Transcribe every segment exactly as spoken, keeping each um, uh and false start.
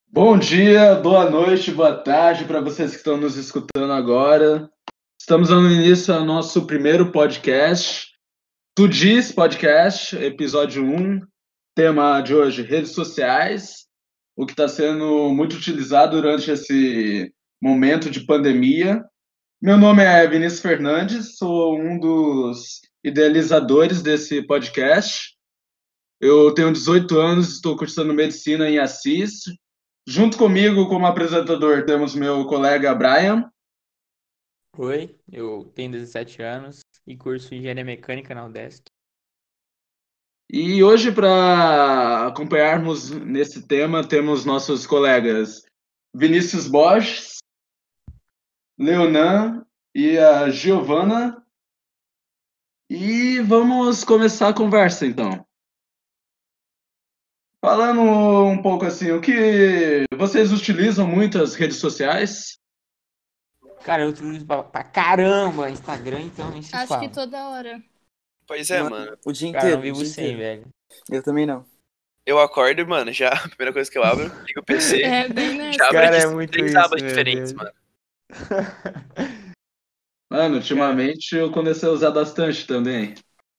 Bom dia, boa noite, boa tarde para vocês que estão nos escutando agora. Estamos dando início ao nosso primeiro podcast, Tu Diz Podcast, episódio um. Tema de hoje, redes sociais, o que está sendo muito utilizado durante esse momento de pandemia. Meu nome é Vinícius Fernandes, sou um dos idealizadores desse podcast. Eu tenho dezoito anos, estou cursando medicina em Assis. Junto comigo, como apresentador, temos meu colega Brian. Oi, eu tenho dezessete anos e curso Engenharia Mecânica na UDESC. E hoje, para acompanharmos nesse tema, temos nossos colegas Vinícius Borges, Leonan e a Giovana. E vamos começar a conversa, então. Falando um pouco assim, o que vocês utilizam muito as redes sociais? Cara, eu utilizo pra, pra caramba Instagram, então nem se Acho fala. que toda hora. Pois é, Mano, mano. O dia Cara, eu inteiro. não vivo o dia sem, inteiro. velho. Eu também não. Eu acordo, mano, já a primeira coisa que eu abro, ligo o P C, É, bem nessa. já abro Cara, aqui é muito três isso, abas meu diferentes, Deus. mano. Mano, ultimamente eu comecei a usar bastante também.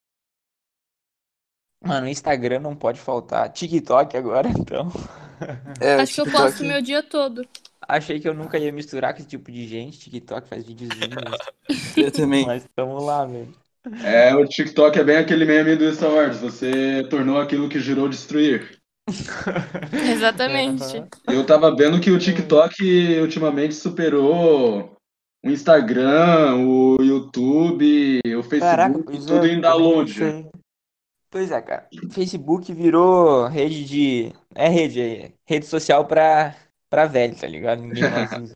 Mano, Instagram não pode faltar. TikTok agora, então. É, o Acho que eu TikTok- posto o meu dia todo. Achei que eu nunca ia misturar com esse tipo de gente. TikTok faz videozinhos. Eu também. Mas tamo lá, velho. É, o TikTok é bem aquele meme do Star Wars. Você tornou aquilo que jurou destruir. Exatamente. Aham. Eu tava vendo que o TikTok ultimamente superou o Instagram, o YouTube, o Facebook, Caraca, pois tudo é. em também vi download. isso aí. Pois é, cara. Facebook virou rede de. É rede, é rede social pra, pra velho, tá ligado? Ninguém mais usa.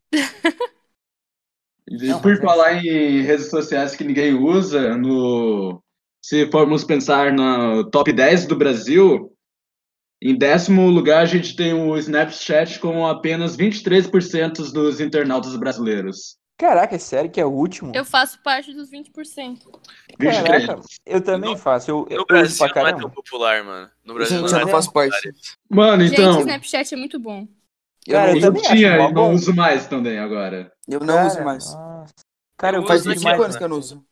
E Não, por mas é falar em redes sociais que ninguém usa, no... se formos pensar no top dez do Brasil, em décimo lugar a gente tem o Snapchat com apenas vinte e três por cento dos internautas brasileiros. Caraca, é sério que é o último? Eu faço parte dos vinte por cento. vinte e três. Caraca, eu também No- faço. Eu, eu No uso Brasil pra não é caramba. tão popular, mano. No Brasil Gente, não eu é não tão faço popular parte. isso. Mano, Gente, então, Snapchat é muito bom. Eu Cara, não eu uso, eu também acho tinha mó e não bom. uso mais também agora. eu não Cara, uso mais. nossa. Cara, Eu eu, uso Faz fazia uns aqui, cinco demais. anos que eu não uso.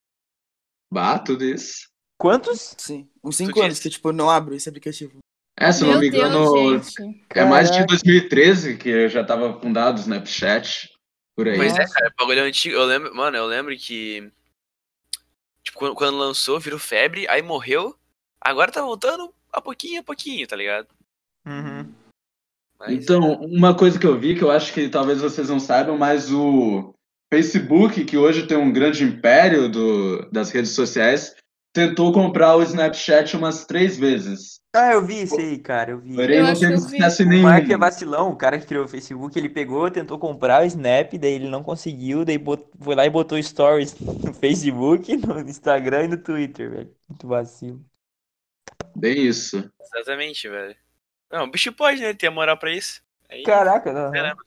Bah, tudo isso. Quantos? Sim. Uns Tu cinco anos disse? que, tipo, eu não abro esse aplicativo. É, se eu não Meu me Deus, engano, gente. é mais de Caraca. dois mil e treze que já estava fundado o Snapchat, por aí. Pois é, Nossa. cara, o bagulho é antigo. Eu lembro, mano, eu lembro que. Tipo, quando, quando lançou, virou febre, aí morreu. Agora tá voltando a pouquinho a pouquinho, tá ligado? Uhum. Mas, Então, uma coisa que eu vi, que eu acho que talvez vocês não saibam, mas o Facebook, que hoje tem um grande império do, das redes sociais, tentou comprar o Snapchat umas três vezes. Ah, eu vi isso aí, cara, eu vi. Porém, Eu não acho que teve eu vi. sucesso O nenhum. Mark é vacilão, o cara que criou o Facebook, ele pegou, tentou comprar o Snap, daí ele não conseguiu, daí bot... foi lá e botou stories no Facebook, no Instagram e no Twitter, velho. Muito vacilo. Bem isso. exatamente, velho. Não, o bicho pode, né? Ter a moral pra isso. Aí, Caraca, não. caramba.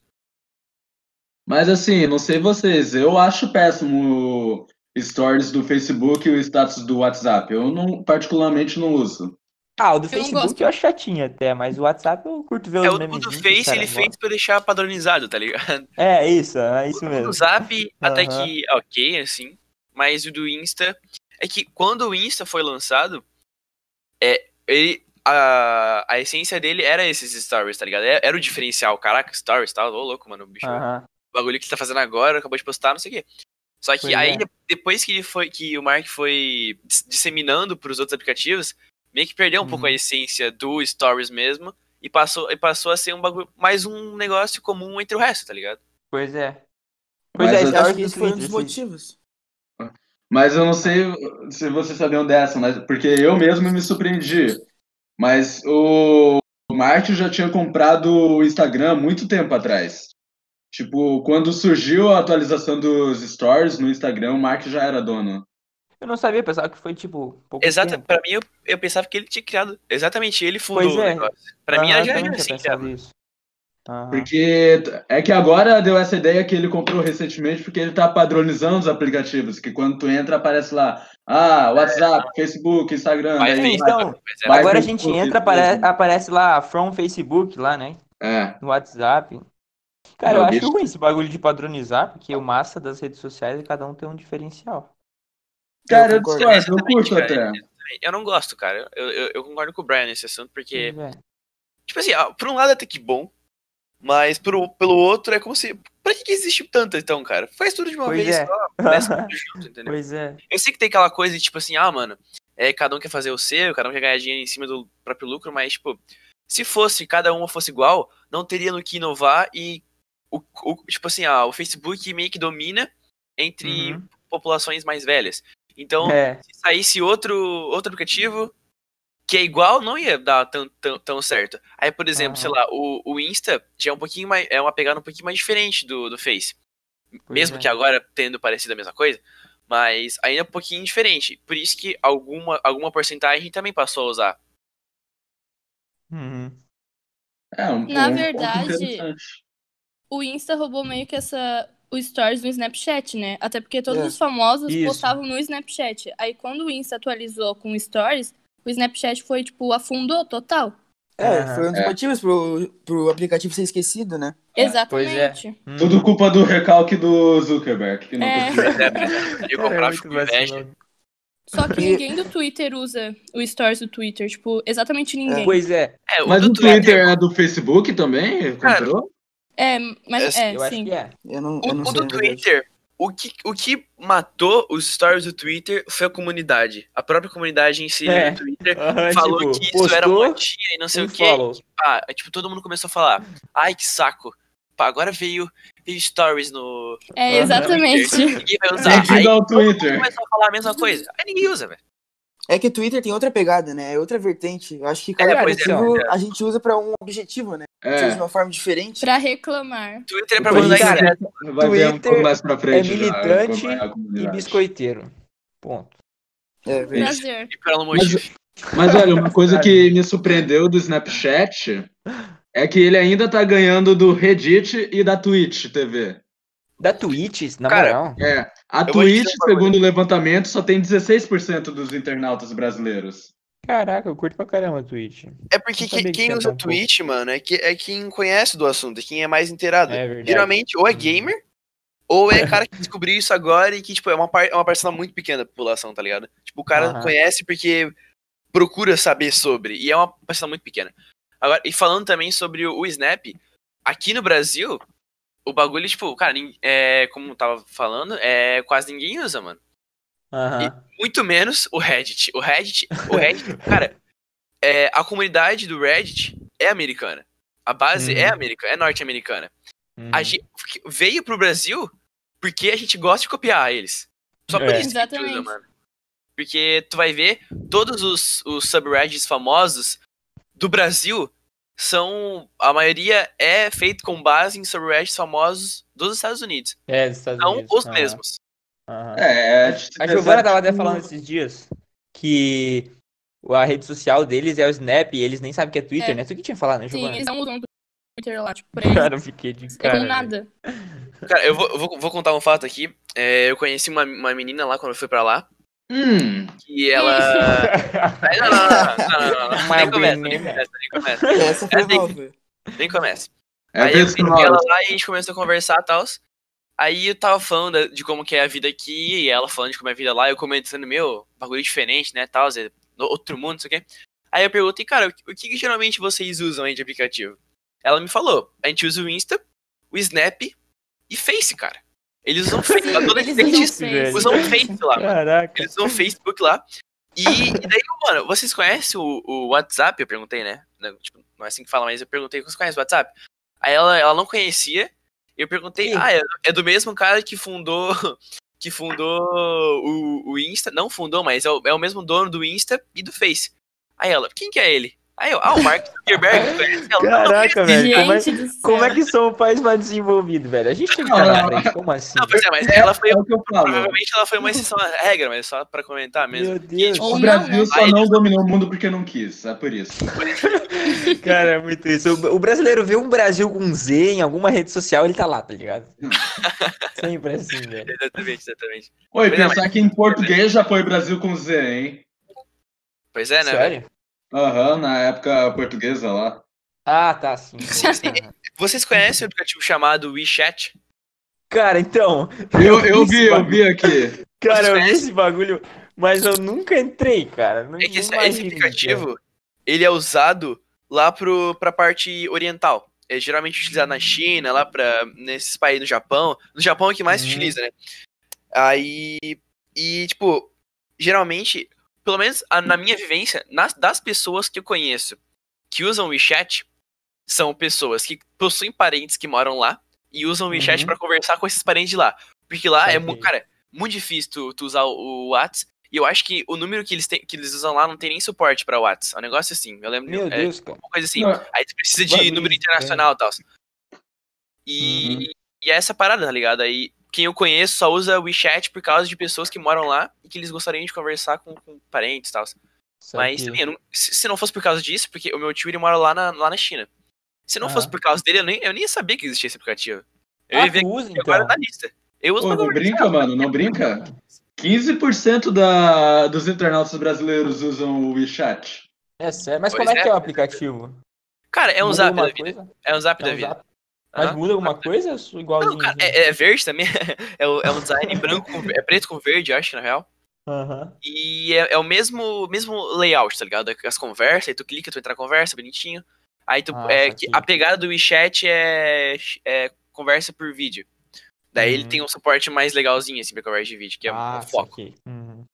Mas assim, não sei vocês, eu acho péssimo o stories do Facebook e o status do WhatsApp. Eu não, particularmente não uso. Ah, o do Eu não Facebook gosto. eu acho chatinho até, mas o WhatsApp eu curto ver É, os o, o do memezinhos. que Face os caras ele fez botam. pra deixar padronizado, tá ligado? É, isso, é isso O mesmo. do Zap, até Aham. que ok, assim. Mas o do Insta. É que quando o Insta foi lançado, é, ele, a, a essência dele era esses stories, tá ligado? Era, era o diferencial. Caraca, stories, tá? Ô, louco, mano. O bicho, Aham. o bagulho que ele tá fazendo agora, acabou de postar, não sei o quê. Só que Pois aí, é. de- depois que ele foi, que o Mark foi dis- disseminando pros outros aplicativos, meio que perdeu um pouco a Uhum. essência do Stories mesmo. E passou, e passou a ser um bagulho, mais um negócio comum entre o resto, tá ligado? Pois é. Pois Mas é, eu Eu acho stories que do esse foi um Twitter. dos Vocês... motivos. Mas eu não sei se vocês sabiam dessa, mas porque eu mesmo me surpreendi. Mas o Mark já tinha comprado o Instagram há muito tempo atrás. Tipo, quando surgiu a atualização dos stories no Instagram, o Mark já era dono. Eu não sabia, pensava que foi tipo pouco Exato, tempo. pra mim eu, eu pensava que ele tinha criado. Exatamente, ele fundou Pois o é. negócio. Pra mim Aham, era já eu também era tinha assim, pensado já. isso. Aham. Porque é que agora deu essa ideia que ele comprou recentemente, porque ele tá padronizando os aplicativos, que quando tu entra aparece lá, ah, WhatsApp, Facebook, Instagram, Mas daí tem É, vai, então, mas é vai agora a pro gente Facebook entra, apare- aparece lá From Facebook lá, né? É. no WhatsApp. Cara, Não, eu acho bicho. ruim esse bagulho de padronizar, porque o massa das redes sociais é cada um tem um diferencial. Cara, eu concordo. discordo, eu curto cara, até. Eu não gosto, cara. Eu, eu, eu concordo com o Brian nesse assunto, porque, Pois é. tipo assim, ah, por um lado é até que bom, mas pro, pelo outro é como se. Pra que, que existe tanto, então, cara? Faz tudo de uma Pois vez é. só, começa tudo junto, entendeu? Pois é. Eu sei que tem aquela coisa de, tipo assim, ah, mano, é, cada um quer fazer o seu, cada um quer ganhar dinheiro em cima do próprio lucro, mas, tipo, se fosse, cada uma fosse igual, não teria no que inovar e, o, o, tipo assim, ah, o Facebook meio que domina entre Uhum. populações mais velhas. Então, É. se saísse outro, outro aplicativo que é igual, não ia dar tão, tão, tão certo. Aí, por exemplo, Aham. sei lá, o, o Insta já é um pouquinho mais, é uma pegada um pouquinho mais diferente do, do Face. Pois Mesmo é. que agora tendo parecido a mesma coisa, mas ainda é um pouquinho diferente. Por isso que alguma, alguma porcentagem também passou a usar. Uhum. É, um, Na um ponto verdade, interessante. O Insta roubou meio que essa o stories do Snapchat, né? Até porque todos É. os famosos Isso. postavam no Snapchat. Aí quando o Insta atualizou com stories, o Snapchat foi, tipo, afundou total. É, Aham. foi um dos É. motivos pro, pro aplicativo ser esquecido, né? Exatamente. Uhum. Tudo culpa do recalque do Zuckerberg, que não É. conseguiu. É, podia Cara, é comprar muito com inveja. vacilão. Só que E- ninguém do Twitter usa o stories do Twitter. Tipo, exatamente ninguém. Pois é. É, o Mas do o Twitter é do Facebook também? Cara, Comprou? É, mas é, Eu acho sim. que é. Eu não, O, eu não o sei, do na verdade. Twitter, o que, o que matou os stories do Twitter foi a comunidade. A própria comunidade em si É. do Twitter Aham, falou tipo, que isso era postou, modinha e não sei um o quê. follow. Ah, é, tipo, todo mundo começou a falar, ai, que saco. Pá, agora veio, veio stories no É, Aham. exatamente. ninguém vai usar. Aí Bem-vindo ao todo mundo Twitter. começou a falar a mesma coisa. Aí ninguém usa, velho. É que o Twitter tem outra pegada, né? É outra vertente. Eu acho que cada É, pois é, aplicativo pois é. a gente usa pra um objetivo, né? Seja de É. uma forma diferente. Pra reclamar. Twitter é pra Pois, mandar cara, indireta. Vai ver um pouco Twitter mais pra É frente já. militante acompanhar a e comunidade. biscoiteiro. Ponto. É verdade. Prazer. E pelo Mas- motivo. Mas olha, uma coisa que me surpreendeu do Snapchat é que ele ainda tá ganhando do Reddit e da Twitch T V. Da Twitch, na Cara, moral. É, a Eu vou te Twitch, dizer um bagulho. segundo o levantamento, só tem dezesseis por cento dos internautas brasileiros. Caraca, eu curto pra caramba a Twitch. É porque Não sabia que- que quem tinha usa tão pouco. Twitch, mano, é, que, é quem conhece do assunto, é quem é mais inteirado. É verdade. Geralmente, ou é Hum. gamer, ou é cara que descobriu isso agora e que, tipo, é uma, par é uma parcela muito pequena da população, tá ligado? Tipo, o cara Aham. conhece porque procura saber sobre, e é uma parcela muito pequena. Agora, e falando também sobre o, o Snap, aqui no Brasil, o bagulho, tipo, cara, nin- é, como eu tava falando, é, quase ninguém usa, mano. Aham. Muito menos o Reddit. O Reddit, o Reddit, cara, é, a comunidade do Reddit é americana. A base Uhum. é americana, é norte-americana. Uhum. A gente veio pro Brasil porque a gente gosta de copiar eles. Só por É. isso que a gente usa, Exatamente. mano. Porque tu vai ver, todos os, os subreddits famosos do Brasil são. A maioria é feito com base em subreddits famosos dos Estados Unidos. É, dos Estados Não Unidos. os Aham. mesmos. Aham. É, A Giovana tava até falando esses dias que a rede social deles é o Snap e eles nem sabem que é Twitter, É. né? Tu que tinha falado, né, Sim, Giovana? eles não usam o Twitter lá, tipo, pra eles. Cara, eu fiquei de É cara. com velho. nada. Cara, eu vou, eu vou, vou contar um fato aqui. É, eu conheci uma, uma menina lá quando eu fui pra lá. Hum, E ela. Aí, não, não, não, não, não, não, não, Uma nem começa, nem menina. começa, nem começa. Essa foi É, tem- nova. Nem começa. é Aí eu vez conheci sonora. ela lá e a gente começou a conversar e tal. Aí eu tava falando da- de como que é a vida aqui, e ela falando de como é a vida lá, eu comentando, meu, bagulho diferente, né, tal, é no- outro mundo, não sei o quê. Aí eu perguntei, cara, o que, o que que geralmente vocês usam aí de aplicativo? Ela me falou, a gente usa o Insta, o Snap e Face, cara. Eles usam Face, Sim, adolescentes eles usam Face. usam Face lá, mano. Caraca. Eles usam Facebook lá. E, e daí, mano, vocês conhecem o, o WhatsApp? Eu perguntei, né? Não, tipo, não é assim que fala, mas eu perguntei, vocês conhecem o WhatsApp? Aí ela, ela não conhecia. Eu perguntei, Ih. ah, é, é do mesmo cara que fundou que fundou o, o Insta. Não fundou, mas é o, é o mesmo dono do Insta e do Face. Aí ela, quem que é ele? Aí eu, ah, o Mark Zuckerberg. Conhece ela? Não, não, Caraca, velho. Como é, Gente do céu. como é que sou um país mais desenvolvido, velho? A gente tem que estar na frente, como assim? não, pois é, mas ela foi, É o que eu falo. provavelmente ela foi uma exceção à regra, mas só pra comentar mesmo. Meu Deus. Ou O não, Brasil né? só Aí não eles- dominou o mundo porque não quis, é por isso. Cara, é muito isso. O o brasileiro vê um Brasil com Z em alguma rede social, ele tá lá, tá ligado? Sempre assim, velho. Exatamente, exatamente. Oi, Pois é, pensar que em português já foi Brasil com Z, hein? Pois é, né? velho? Sério? Aham, na época portuguesa lá. Ah, tá, sim. Vocês conhecem o aplicativo chamado WeChat? Cara, então. Eu, eu esse vi, eu bagulho. vi aqui. Cara, Vocês eu vi conhecem? esse bagulho, mas eu nunca entrei, cara. Não, É que nem esse, esse imagino o que é. aplicativo, ele é usado lá pro, pra parte oriental. É geralmente utilizado na China, lá pra, nesses países no Japão. No Japão é o que mais se Uhum. utiliza, né? Aí, e tipo, geralmente, pelo menos a- na minha vivência, nas, das pessoas que eu conheço que usam o WeChat, são pessoas que possuem parentes que moram lá e usam o WeChat Uhum. pra conversar com esses parentes de lá. Porque lá é, mu- Saquei. cara, muito difícil tu, tu usar o, o Whats. E eu acho que o número que eles, têm, que eles usam lá não tem nem suporte pra Whats. É um negócio assim. Eu lembro. Meu é, Deus, cara. uma coisa assim. Não. Aí tu precisa de Bagulho número estranho. internacional e tal. E, Uhum. e é essa parada, tá ligado? Aí quem eu conheço só usa o WeChat por causa de pessoas que moram lá e que eles gostariam de conversar com, com parentes e tal. Mas Saquei. também, eu não- se, se não fosse por causa disso, porque o meu tio ele mora lá na, lá na China. Se não fosse Aham. por causa dele, eu nem, eu nem ia saber que existia esse aplicativo. Eu Ah, ia ver tu usa, que agora então? na lista. Eu uso Pô, pra não conversar. brinca, mano, não brinca. quinze por cento da, dos internautas brasileiros usam o WeChat. É sério? Mas Pois como é é. que é o aplicativo? Cara, é um Muda zap alguma da vida. coisa? É um zap É da um vida. zap? Mas Aham. muda alguma coisa ou é só Não, igualzinho? cara, assim? é, é verde também. É, o- é um design branco, com, ver- é preto com verde, acho, na real. Aham. E é, é o mesmo, mesmo layout, tá ligado? As conversas, aí tu clica, tu entra na conversa, bonitinho. Aí tu. Ah, é, que saquei. a pegada do WeChat é, é conversa por vídeo. Daí ele Uhum. tem um suporte mais legalzinho, assim, pra conversa de vídeo, que é Ah, um foco. saquei. Uhum.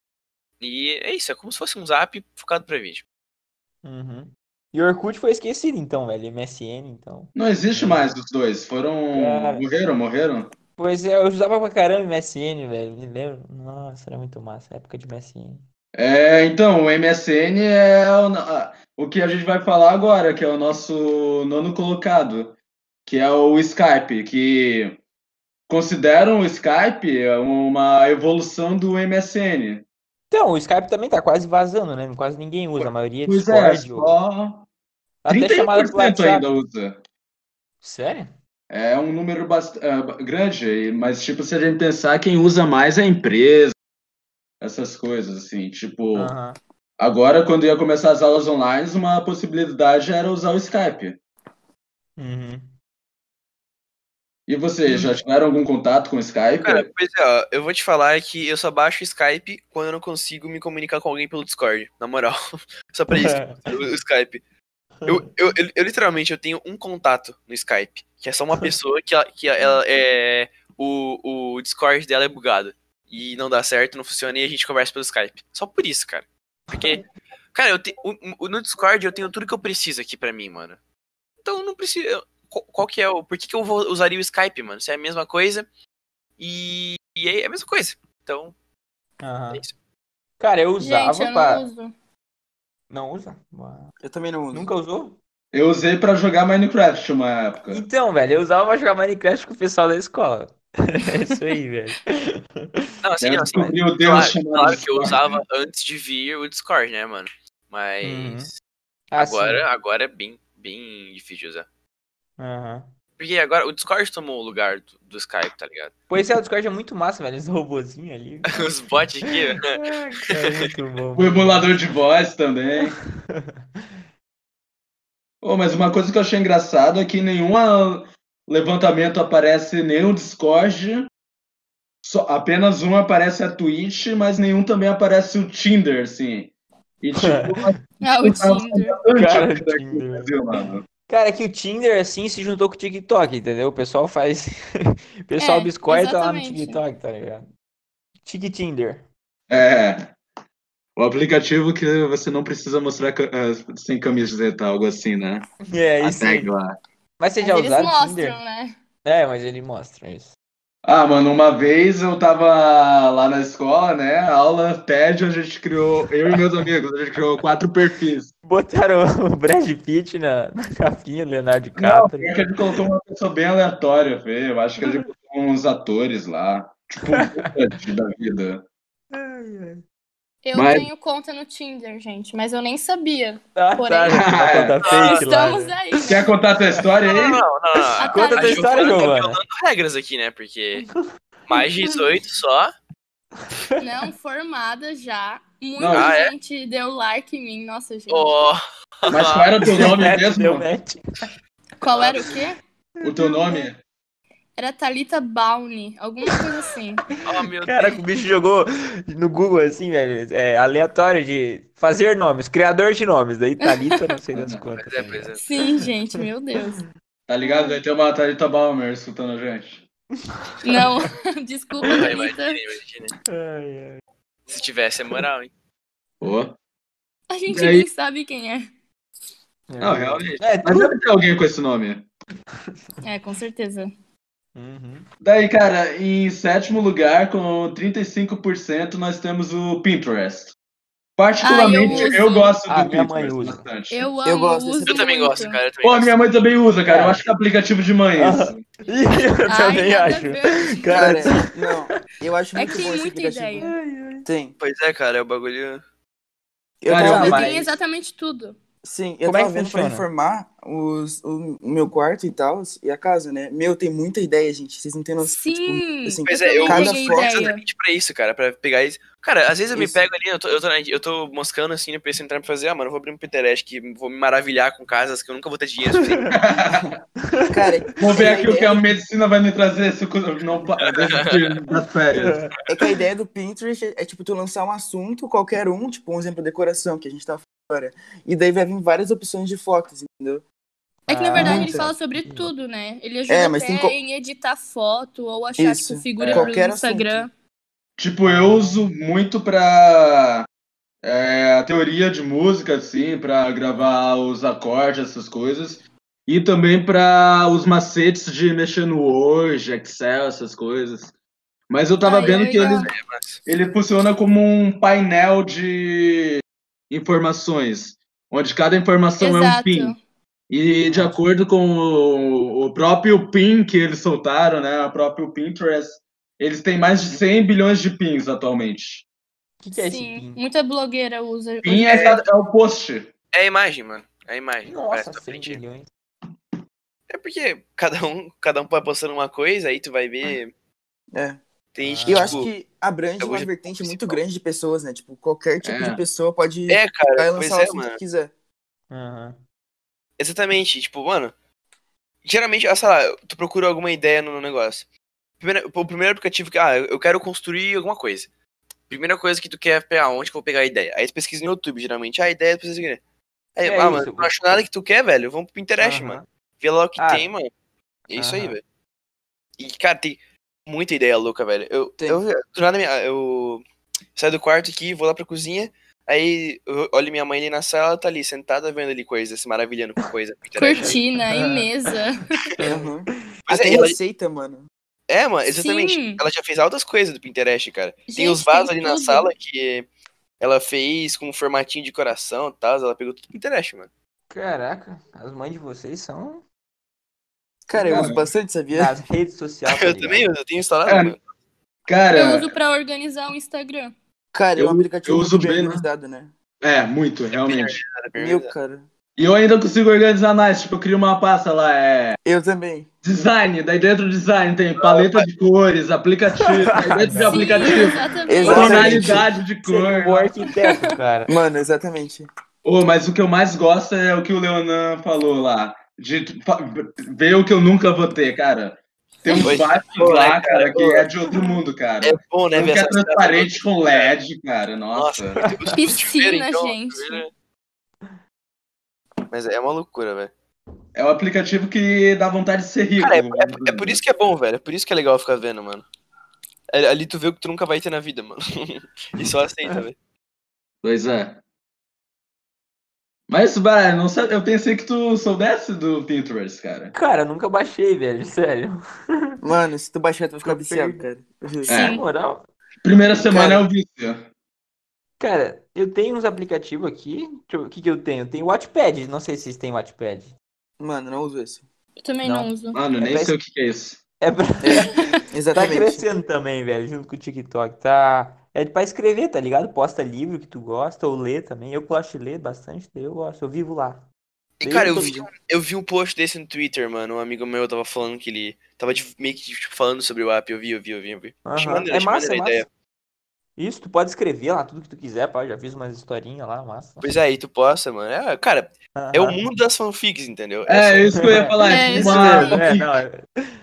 E é isso, é como se fosse um zap focado pra vídeo. Uhum. E o Orkut foi esquecido, então, velho. M S N, então. Não existe É. mais os dois. Foram. Cara. Morreram, morreram. Pois é, eu usava pra caramba M S N, velho. Me lembro. Nossa, era muito massa. Época de M S N. É, então, o M S N é o, ah, o que a gente vai falar agora, que é o nosso nono colocado, que é o Skype, que consideram o Skype uma evolução do M S N. Então, o Skype também tá quase vazando, né? Quase ninguém usa. A maioria é Pois é, Discord ou só até trinta e um chamada por pelo cento WhatsApp. ainda usa. Sério? É um número bast... é, grande, mas tipo, se a gente pensar, quem usa mais é a empresa, essas coisas, assim, tipo, Aham. agora quando ia começar as aulas online, uma possibilidade era usar o Skype. Uhum. E vocês, já tiveram algum contato com o Skype? Cara, pois é, ó, eu vou te falar que eu só baixo o Skype quando eu não consigo me comunicar com alguém pelo Discord, na moral. Só pra isso, o, o Skype. Eu, eu, eu, eu, literalmente eu tenho um contato no Skype, que é só uma pessoa que, ela, que ela é. O, o Discord dela é bugado. E não dá certo, não funciona, e a gente conversa pelo Skype. Só por isso, cara. Porque, cara, eu te, o, o- no Discord eu tenho tudo que eu preciso aqui pra mim, mano. Então eu não preciso. eu- Qual, qual que é o. Por que, que eu vou, usaria o Skype, mano? Se é a mesma coisa. E, e é a mesma coisa. Então, Aham. é isso. Cara, eu usava Gente, eu pra. não uso. Não usa? Uau. Eu também não uso. Nunca usou? Eu usei pra jogar Minecraft uma época. Então, velho, eu usava pra jogar Minecraft com o pessoal da escola. É isso aí, velho. Não, assim, Eu não, assim, descobri o Deus claro, chamado claro que eu Discord. usava antes de vir o Discord, né, mano? Mas Uhum. Ah, agora, sim. agora é bem, bem difícil de usar. Aham. Porque agora o Discord tomou o lugar do, do Skype, tá ligado? Pois é, o Discord é muito massa, velho. Os robozinhos ali. Os bots aqui, Ah, cara, muito bom. O muito emulador de voz também. Oh, mas uma coisa que eu achei engraçado é que nenhum ah, levantamento aparece nenhum Discord, só, apenas um aparece a Twitch, mas nenhum também aparece o Tinder, assim. E tipo, Ah, o Tinder. bastante Cara, aqui no Tinder. Brasil, mano. Cara, é que o Tinder, assim, se juntou com o TikTok, entendeu? O pessoal faz. O pessoal É, biscoita lá no exatamente. TikTok, tá ligado? Tik-Tinder. É. O aplicativo que você não precisa mostrar ca- ah, sem camiseta, algo assim, né? É, A isso aí. tag lá. Mas vocês Mas já eles usaram mostram, Tinder? né? É, mas ele mostra isso. Ah, mano, uma vez eu tava lá na escola, né? A aula pede, a gente criou, eu e meus amigos, a gente criou quatro perfis. Botaram o Brad Pitt na, na capinha, Leonardo Não, DiCaprio. pior que a gente colocou uma pessoa bem aleatória, Fê. Eu acho que a gente colocou uns atores lá. Tipo, um Bud da vida. Eu Mas- tenho conta no Tinder, gente, mas eu nem sabia. Ah, Porém, tá, uma conta fake lá. Estamos Né? aí. Quer contar a tua história Não, aí? não, não, não, não. Ah, Conta a tá. tua A história, Giovana tá Giovana. violando regras aqui, né? Porque mais de dezoito só. Não, formada já Muita Não, Ah, é? gente deu like em mim. Nossa, gente. Oh. Mas qual era o teu nome Deu mesmo? match. Qual era o quê? O teu nome? Era Thalita Bowney, alguma coisa assim. Oh, meu Cara, Deus. o bicho jogou no Google assim, velho. É aleatório de fazer nomes, criador de nomes. Daí Thalita, não sei das quantas. Pois é, tá pois ligado? é. Sim, gente, meu Deus. Tá ligado? Vai ter uma Thalita Balmer escutando a gente. Não, desculpa, Ah, Thalita. imagina, imagina. Ai, ai. Se tivesse, é moral, hein? Pô. A gente E aí? nem sabe quem é. Não, realmente. É, Mas tu... deve ter alguém com esse nome. É, com certeza. Uhum. Daí, cara, em sétimo lugar, com trinta e cinco por cento, nós temos o Pinterest. Particularmente, Ah, eu eu uso. gosto Ah, do minha mãe Pinterest usa. bastante. Eu amo, Eu gosto desse uso Eu também muito. gosto, cara. Eu também Pô, a gosto. minha mãe também usa, cara. Eu Cara. acho que é aplicativo de mãe isso. Aham. Eu Ai, também nada a acho. ver. Cara, Cara, não. Eu acho É muito que tem bom esse muita aplicativo. ideia. ai, ai. Tem. Pois é, cara, é o bagulho. Eu Cara, tava eu- vendo, mas- Tem exatamente tudo. sim, eu Como é tava que vendo pra funciona? reformar os, o, o meu quarto e tal, e a casa, né? Meu, tem muita ideia, gente. Vocês não têm noção. Tipo, Sim, assim, Pois eu é, eu também cada peguei foto- ideia. exatamente pra isso, cara, pra pegar isso. Cara, às vezes eu me Isso. pego ali, eu tô, eu tô, na- eu tô moscando assim no P C entrar pra fazer, ah, mano, eu vou abrir um Pinterest que vou me maravilhar com casas que eu nunca vou ter dinheiro suficiente. Cara, Vou ver é aqui a o que a ideia, medicina vai me trazer se eu não, desde das férias. é que a ideia do Pinterest é, é, tipo, tu lançar um assunto, qualquer um, tipo, um exemplo, decoração, que a gente tá falando agora. E daí vai vir várias opções de fotos, entendeu? É que na Ah, verdade muito. ele fala sobre tudo, né? Ele ajuda É, mas até tem co- em editar foto ou achar, Isso. tipo, figura É. pro Qualquer Instagram. Tipo, eu uso muito pra é, a teoria de música, assim, pra gravar os acordes, essas coisas. E também pra os macetes de mexer no Word, Excel, essas coisas. Mas eu tava Ai, vendo é que ele, legal. Mas, ele funciona como um painel de informações, onde cada informação é um PIN. Exato. E de Nossa. acordo com o, o próprio PIN que eles soltaram, né, o próprio Pinterest, eles têm mais de cem bilhões de pins atualmente. O que, que é esse Sim, PIN? muita blogueira usa hoje PIN em é, dia. cada- é o post. é a imagem, mano. É a imagem. Nossa, Parece que tá cem frente. bilhões. É porque cada um, cada um vai postando uma coisa, aí tu vai ver. É. Tem gente E que, eu tipo, acho que abrange eu uma vou- vertente muito grande de pessoas, né? Tipo, qualquer tipo É. de pessoa pode É, cara, vai pois lançar o é, assunto mano. que quiser. Aham. Exatamente, tipo, mano. Geralmente, ah, sei lá, tu procura alguma ideia no negócio. Primeira- o primeiro aplicativo que, ah, eu quero construir alguma coisa. Primeira coisa que tu quer pegar, onde que eu vou pegar a ideia? Aí tu pesquisa no YouTube, geralmente. Ah, a ideia precisa de. Aí, É ah, isso. mano, tu não acha nada que tu quer, velho? Vamos pro Pinterest, Aham. mano. Vê lá o que Ah. tem, mano. É isso aí, Aham. velho. E, cara, tem muita ideia louca, velho. Eu, Tem. eu, do nada, minha- eu saio do quarto aqui, vou lá pra cozinha, aí eu olho minha mãe ali na sala, ela tá ali, sentada, vendo ali coisas, se maravilhando com coisa. Pinterest. Cortina e mesa. Uhum. Mas Até é, ela- receita, mano. É, mano, exatamente. Sim. Ela já fez altas coisas do Pinterest, cara. tem Gente, os vasos tem ali na tudo. sala que ela fez com um formatinho de coração e tal, ela pegou tudo do Pinterest, mano. Caraca, as mães de vocês são Cara, eu Cara, uso bastante, sabia? nas redes sociais, tá Eu ligado? também, eu tenho instalado, É, mano. Cara, Eu uso pra organizar o Instagram. Cara, é Eu- um aplicativo eu muito uso bem bem, né? organizado, né? é, muito, realmente. Nada pra Meu, organizar. cara. E eu ainda consigo organizar mais, tipo, eu crio uma pasta lá, é Eu também. design, daí dentro do design tem paleta de cores, aplicativo, daí dentro de Sim, aplicativo, exatamente. Exatamente. tonalidade de Seria um cor. bom arquiteto, cara. Mano, exatamente. Ô, mas o que eu mais gosto é o que o Leonan falou lá, de fa- ver o que eu nunca vou ter, cara. Tem uns Oi. vasos Pô, né, lá, cara? cara, que é de outro mundo, cara. É bom, né, Um ver que é essas transparente com casas, L E D, cara, Nossa, nossa. muito- os- os Piscina, chuveiros, então, gente. chuveiro- Mas é uma loucura, velho. É o aplicativo que dá vontade de ser rico. Cara, é, é por isso que é bom, velho. É por isso que é legal ficar vendo, mano. É- Ali tu vê o que tu nunca vai ter na vida, mano. E só aceita, velho. Pois é. Mas, vai, não sei, eu pensei que tu soubesse do Pinterest, cara. Cara, eu nunca baixei, velho, sério. Mano, se tu baixar, tu vai ficar Eu viciado, perdi. cara. Eu juro. É. Na moral. Primeira semana Cara. é o vício. Cara, eu tenho uns aplicativos aqui. Deixa eu- O que que eu tenho? Eu tenho o Wattpad. Não sei se vocês têm Wattpad. Mano, não uso esse. Eu também Não. não uso. Mano, É nem pra sei o que que é isso. É pra... Tá Exatamente. crescendo também, velho, junto com o TikTok. Tá... É pra escrever, tá ligado? Posta livro que tu gosta ou lê também. Eu gosto de ler bastante, daí eu gosto. Eu vivo lá. E, cara, eu Eu- vi, um, eu vi um post desse no Twitter, mano. Um amigo meu tava falando que ele tava de- meio que tipo, falando sobre o app. Eu vi, eu vi, eu vi, eu vi. Achei Aham. maneiro, É achei massa, é maneira a ideia. massa. Isso, tu pode escrever lá tudo que tu quiser, pá. Eu já fiz umas historinhas lá, massa. Pois é, aí tu posta, mano. É, cara, é o Aham. mundo das fanfics, entendeu? É, só- isso que eu ia falar. É, tipo isso uma mesmo, É, fanfic. não, é-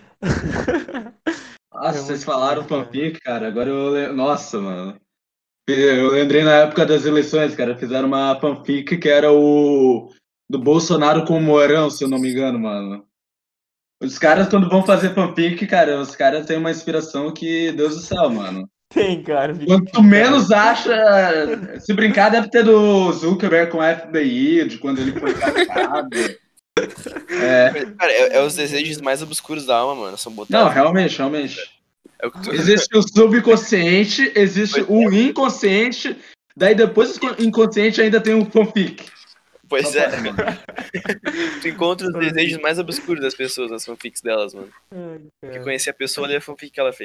Nossa, É vocês muito falaram bom, cara. fanfic, cara. Agora eu. le- Nossa, mano. Eu lembrei na época das eleições, cara. Fizeram uma fanfic que era o. Do Bolsonaro com o Mourão, se eu não me engano, mano. Os caras, quando vão fazer fanfic, cara, os caras têm uma inspiração que. Deus do céu, mano. Tem, cara. fica Quanto cara. menos acha. Se brincar, deve ter do Zuckerberg com o F B I, de quando ele foi caçado. Cara, é, é os desejos mais obscuros da alma, mano. São Não, botados. realmente, realmente. É o que tu... Existe o subconsciente, existe o inconsciente, daí depois do inconsciente ainda tem o fanfic. Pois Só é, pode, mano. tu encontra os desejos mais obscuros das pessoas nas fanfics delas, mano. Ai, Porque cara. conhecer a pessoa, ler a fanfic que ela fez.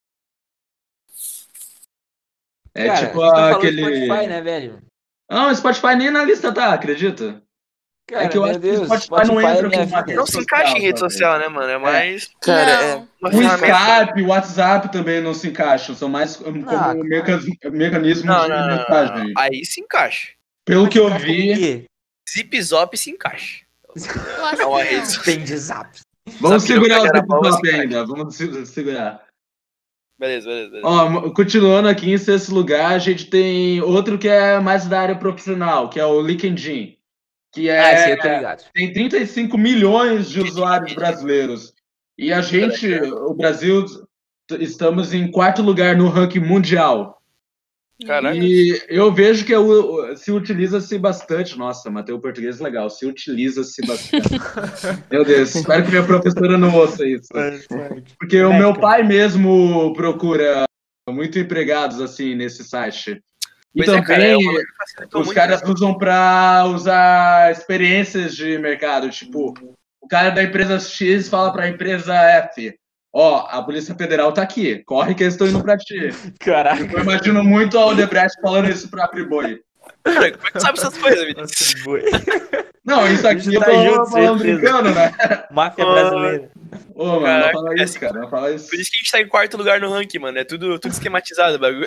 É Cara, tipo a gente não falou aquele. de Spotify, né, velho? Não, o Spotify nem na lista tá, acredita? Cara, é que eu meu acho que o Deus, Spotify, Spotify não é entra minha como uma vida. rede Não se encaixa em rede talvez. social, né, mano? É mais Cara, Não. é. uma O ferramenta. Skype, o WhatsApp também não se encaixam, são mais como Ah, meca- mecanismos Não, de não, não, não, não. mensagem. Aí se encaixa. Pelo Mas que eu encaixa com o vi, quê? Zip Zop se encaixa. Eu acho É uma que rede não. social. Tem de zap. vamos Sabe que segurar eu o era zip bom, zop assim, ainda, vamos se- segurar. Beleza, beleza, beleza. Ó, continuando aqui em sexto lugar, a gente tem outro que é mais da área profissional, que é o LinkedIn, que Ah, esse aí é, eu tô ligado. tem trinta e cinco milhões de usuários brasileiros. E a gente, o Brasil, t- estamos em quarto lugar no ranking mundial. Caraca. E eu vejo que eu- se utiliza-se bastante. Nossa, Matei o português legal. Se utiliza-se bastante. Meu Deus, espero que minha professora não ouça isso. Porque o meu pai mesmo procura muito empregados assim nesse site. E Pois é, cara, é também uma coisa que facilitou os muito, caras né? usam para usar experiências de mercado. Tipo, o cara da empresa X fala para a empresa F: Ó, a Polícia Federal tá aqui, corre que eles estão indo para ti. Caraca. Eu imagino muito a Odebrecht falando isso para a Friboi. Cara, como é que tu sabe essas coisas, Vinícius? Nossa, boi. Não, isso A aqui gente eu tá tô junto, falando certeza. brincando, né? Máfia Ah. brasileira. Ô, mano, Caraca, não fala isso, cara, não fala isso. Por isso que a gente tá em quarto lugar no ranking, mano. É tudo, tudo esquematizado o bagulho.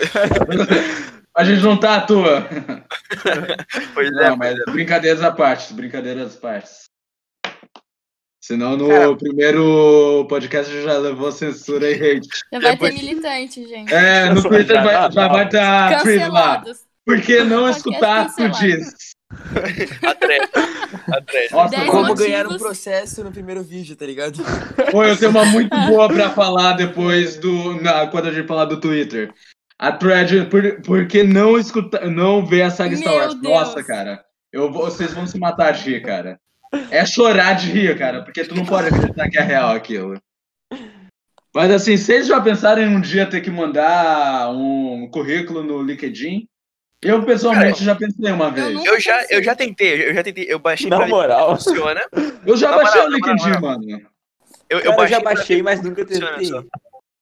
A gente não tá à toa. Pois é, Não, pois mas é. brincadeiras à parte, brincadeiras à parte. Senão no Cara. primeiro podcast já levou censura e hate. Já vai Depois- ter militante, gente. É, no Twitter vai- já Já vai estar tweet lá. Cancelados. Por que não Podcast escutar tu cancelado. diz? A treta. A treta. Nossa, Dez Como mano, motivos. ganhar um processo no primeiro vídeo, tá ligado? pô, eu tenho uma muito boa pra falar depois do. Na, quando a gente falar do Twitter. A thread, por, por que não escutar, não ver a saga Star Meu Wars? Deus. Nossa, cara. Eu vou, vocês vão se matar de rir, cara. É chorar de rir, cara, porque tu não pode acreditar que é real aquilo. Mas assim, vocês já pensaram em um dia ter que mandar um currículo no LinkedIn? Eu, pessoalmente, já pensei uma vez. não- Eu já, eu já tentei, eu já tentei. Eu baixei Na pra ver moral. se funciona. Eu já Na baixei moral, o na moral, LinkedIn, na mano. Eu, eu Cara, eu baixei, já pra ver baixei, mas como nunca funciona tentei. só.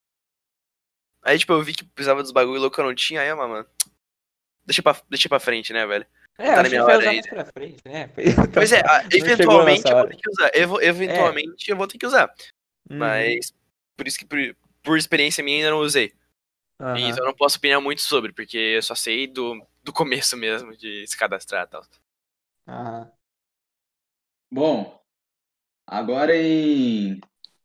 Aí, tipo, eu vi que precisava dos bagulho louco que eu não tinha, aí, mano. Deixa pra, deixa pra frente, né, velho? É, Tá acho na que minha vai hora usar aí. mais pra frente, né? Pois é, a- Não chegou eventualmente nessa eu vou hora. ter que usar. Evo- eventualmente eu vou ter que usar. Uhum. Mas, por isso que, por, por experiência minha, ainda não usei. Aham. Então eu não posso opinar muito sobre, porque eu só sei do, do começo mesmo, de se cadastrar e tal. Aham. Bom, agora em.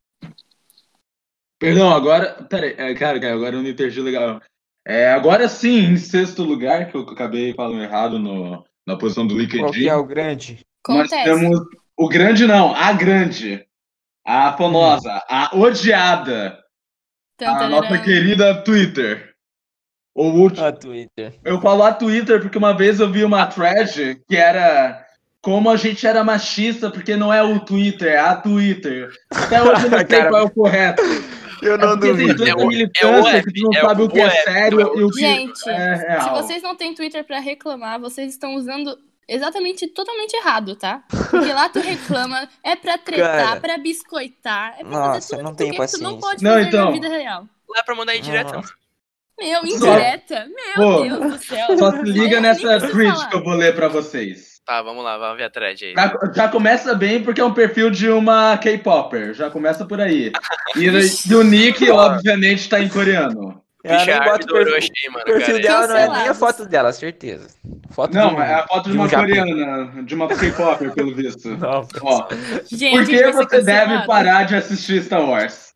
Perdão, agora. Peraí, é, cara, cara, agora eu não entendi legal. É, agora sim, em sexto lugar, que eu acabei falando errado no, na posição do Qual que LinkedIn. é o grande? Nós Acontece. temos o grande, não, a grande, a famosa, Hum. a odiada, a nossa Tantararã. querida Twitter. O último. Ah, Twitter. Eu falo a Twitter porque uma vez eu vi uma thread que era como a gente era machista, porque não é o Twitter, é a Twitter. Até hoje eu não sei Cara, qual é o correto. Eu É não porque tem duvido. tanta É o- militância é o F, que tu não é sabe o o que é F, sério não é o e o que Gente, é se real. vocês não têm Twitter pra reclamar, vocês estão usando exatamente totalmente errado, tá? Porque lá tu reclama, é pra tretar, Cara. pra biscoitar, é pra Nossa, fazer tudo eu não que tu tenho quer que tu não paciência. pode Não, fazer então. na vida real. Lá pra mandar indireta, Nossa. mano. Meu, Só- indireta. Meu Pô, Deus do céu. Só se liga Eu nem nessa preciso thread falar. que eu vou ler pra vocês. Tá, vamos lá, vamos ver a thread aí. Já, já começa bem porque é um perfil de uma K-Popper. Já começa por aí. E, e o nick, obviamente, tá em coreano. Ela Bicho, é nem bota árbitro o perfil, Orochi, mano, o perfil cara. dela não é nem a Cancelados. foto dela, certeza. Foto Não, de um, é a foto de de um uma Japão. coreana, de uma K-popper, pelo visto. Não, Ó, Gente, por a gente que vai ser você deve cancelado. parar de assistir Star Wars?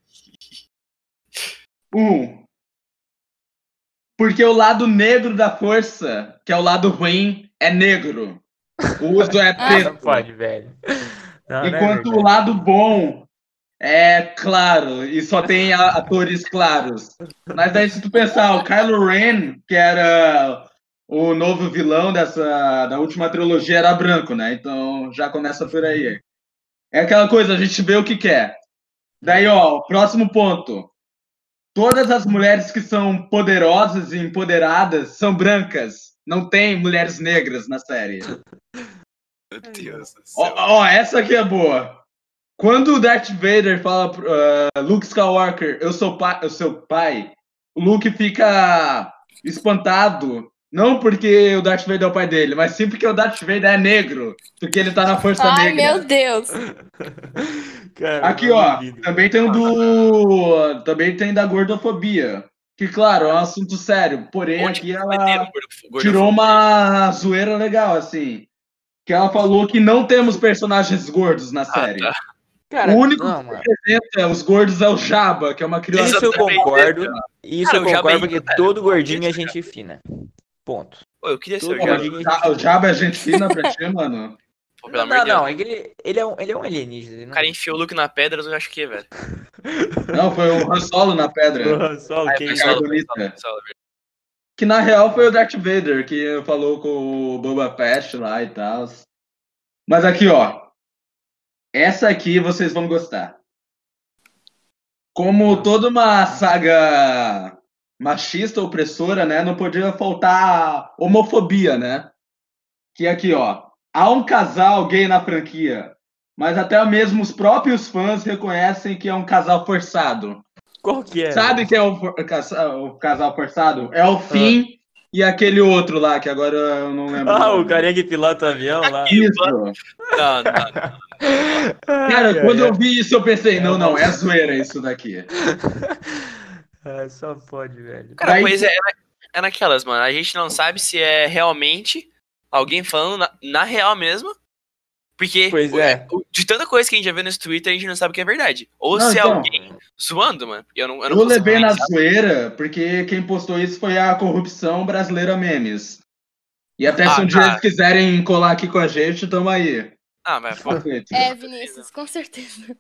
Um, porque o lado negro da força, que é o lado ruim, é negro. O uso é Ah, não preto. pode, velho. Não, não é Enquanto o verdade. lado bom é claro e só tem a- atores claros. Mas daí, se tu pensar, o Kylo Ren, que era o novo vilão dessa da última trilogia, era branco, né? Então já começa por aí. É aquela coisa, a gente vê o que quer. Daí, ó, o próximo ponto. Todas as mulheres que são poderosas e empoderadas são brancas. Não tem mulheres negras na série. Meu Deus do Ó, céu. ó, essa aqui é boa. Quando o Darth Vader fala pro uh, Luke Skywalker, eu sou pa eu seu pai, o Luke fica espantado. Não porque o Darth Vader é o pai dele, mas sim porque o Darth Vader é negro. Porque ele tá na Força Ai, Negra. meu Deus. Cara, Aqui, não ó, duvido. também tem o do. Também tem da gordofobia. Que, claro, é um assunto sério. Porém, Onde aqui que vai ter ela um gordo- tirou gordofobia? uma zoeira legal, assim. Que ela falou que não temos personagens gordos na Ah, série. tá. Cara, O único não, mano. que representa os gordos é o Jabba, que é uma criança. Isso eu Exatamente. concordo. Isso Cara, eu o Jabba é concordo porque rico, cara. todo Pô, gordinho é isso, gente fina. Ponto. Pô, eu queria ser Todo o Pô, mas Jabba. gordinho o é Ja- gente o fina. Jabba é gente fina pra ti, mano. Pô, pelo Não, amor de Deus. não, é que ele, ele, é um, ele é um alienígena. Ele O não... cara enfiou o Luke na pedra, eu acho que, velho. Não, foi o Han Solo na pedra. Só Ah, que foi isso? solo, foi Carbonita. solo, foi solo, velho. Que na real foi o Darth Vader que falou com o Boba Fett lá e tal. Mas aqui, ó. Essa aqui vocês vão gostar. Como toda uma saga machista, opressora, né? Não podia faltar homofobia, né? Que aqui, ó. Há um casal gay na franquia, mas até mesmo os próprios fãs reconhecem que é um casal forçado. Qual que é? Sabe quem é o, for- casa- o casal forçado? É o Finn e aquele outro lá, que agora eu não lembro. Ah, o o nome. carinha que pilota o avião lá. Isso. Não, não. Cara, Ai, quando ai, eu vi isso, eu pensei, É não, uma- não, é zoeira isso daqui. ai. Ah, só pode, velho. Cara, Daí- pois é, é, na- é naquelas, mano. A gente não sabe se é realmente alguém falando na, na real mesmo. Porque Pois é. o- de tanta coisa que a gente já vê nesse Twitter, a gente não sabe o que é verdade. Ou Não, se é então, alguém zoando, mano. Eu não, eu eu não consigo levei na pensar. zoeira, porque quem postou isso foi a Corrupção Brasileira Memes. E até se Ah, um dia tá. eles quiserem colar aqui com a gente, tamo aí. Ah, mas pô. É, Vinícius, com certeza.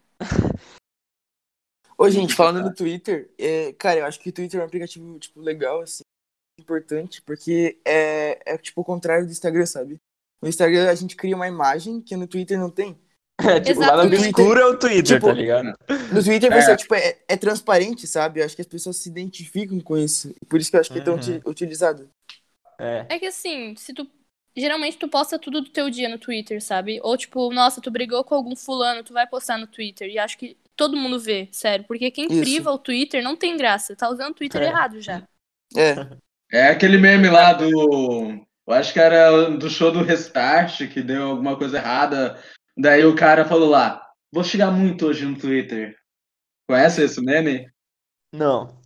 Ô, gente, falando do Twitter, é, cara, eu acho que o Twitter é um aplicativo, tipo, legal, assim, importante, porque é, é, tipo, o contrário do Instagram, sabe? No Instagram a gente cria uma imagem que no Twitter não tem. É, tipo, lá no Exatamente. obscuro é o Twitter, Tipo, tá ligado? No Twitter É. você, tipo, é, é transparente, sabe? Eu acho que as pessoas se identificam com isso. Por isso que eu acho que é tão Uhum. uti- utilizado. É. É que assim, se tu. Geralmente tu posta tudo do teu dia no Twitter, sabe? Ou tipo, nossa, tu brigou com algum fulano, tu vai postar no Twitter. E acho que todo mundo vê, sério. Porque quem Isso. priva o Twitter não tem graça. Tá usando o Twitter É. errado já. É. É aquele meme lá do. Eu acho que era do show do Restart, que deu alguma coisa errada. Daí o cara falou lá: vou xingar muito hoje no Twitter. Conhece esse meme? Não.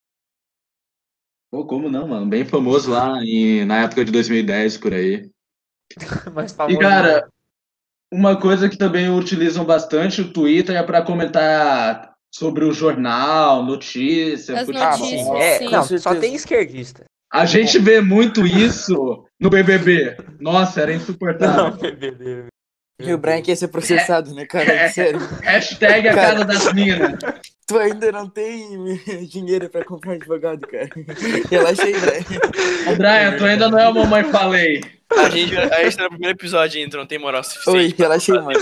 Pô, como não, mano? Bem famoso lá em, na época de dois mil e dez, por aí. Mas E, famoso cara, uma coisa que também utilizam bastante o Twitter é para comentar sobre o jornal, notícia, As não. Ah, futebol. notícias. sim. É, sim. não, Com certeza. só tem esquerdista. A gente vê muito isso no B B B. Nossa, era insuportável. Não, B B B. E o Brian quer ser processado, né, cara? Sério. Hashtag a casa das minas. Tu ainda não tem dinheiro pra comprar advogado, cara. Relaxa aí, Brian. Andréia, tu ainda não é a mamãe falei. A gente, a gente tá no primeiro episódio ainda, não tem moral Oi, suficiente. relaxa aí, mano.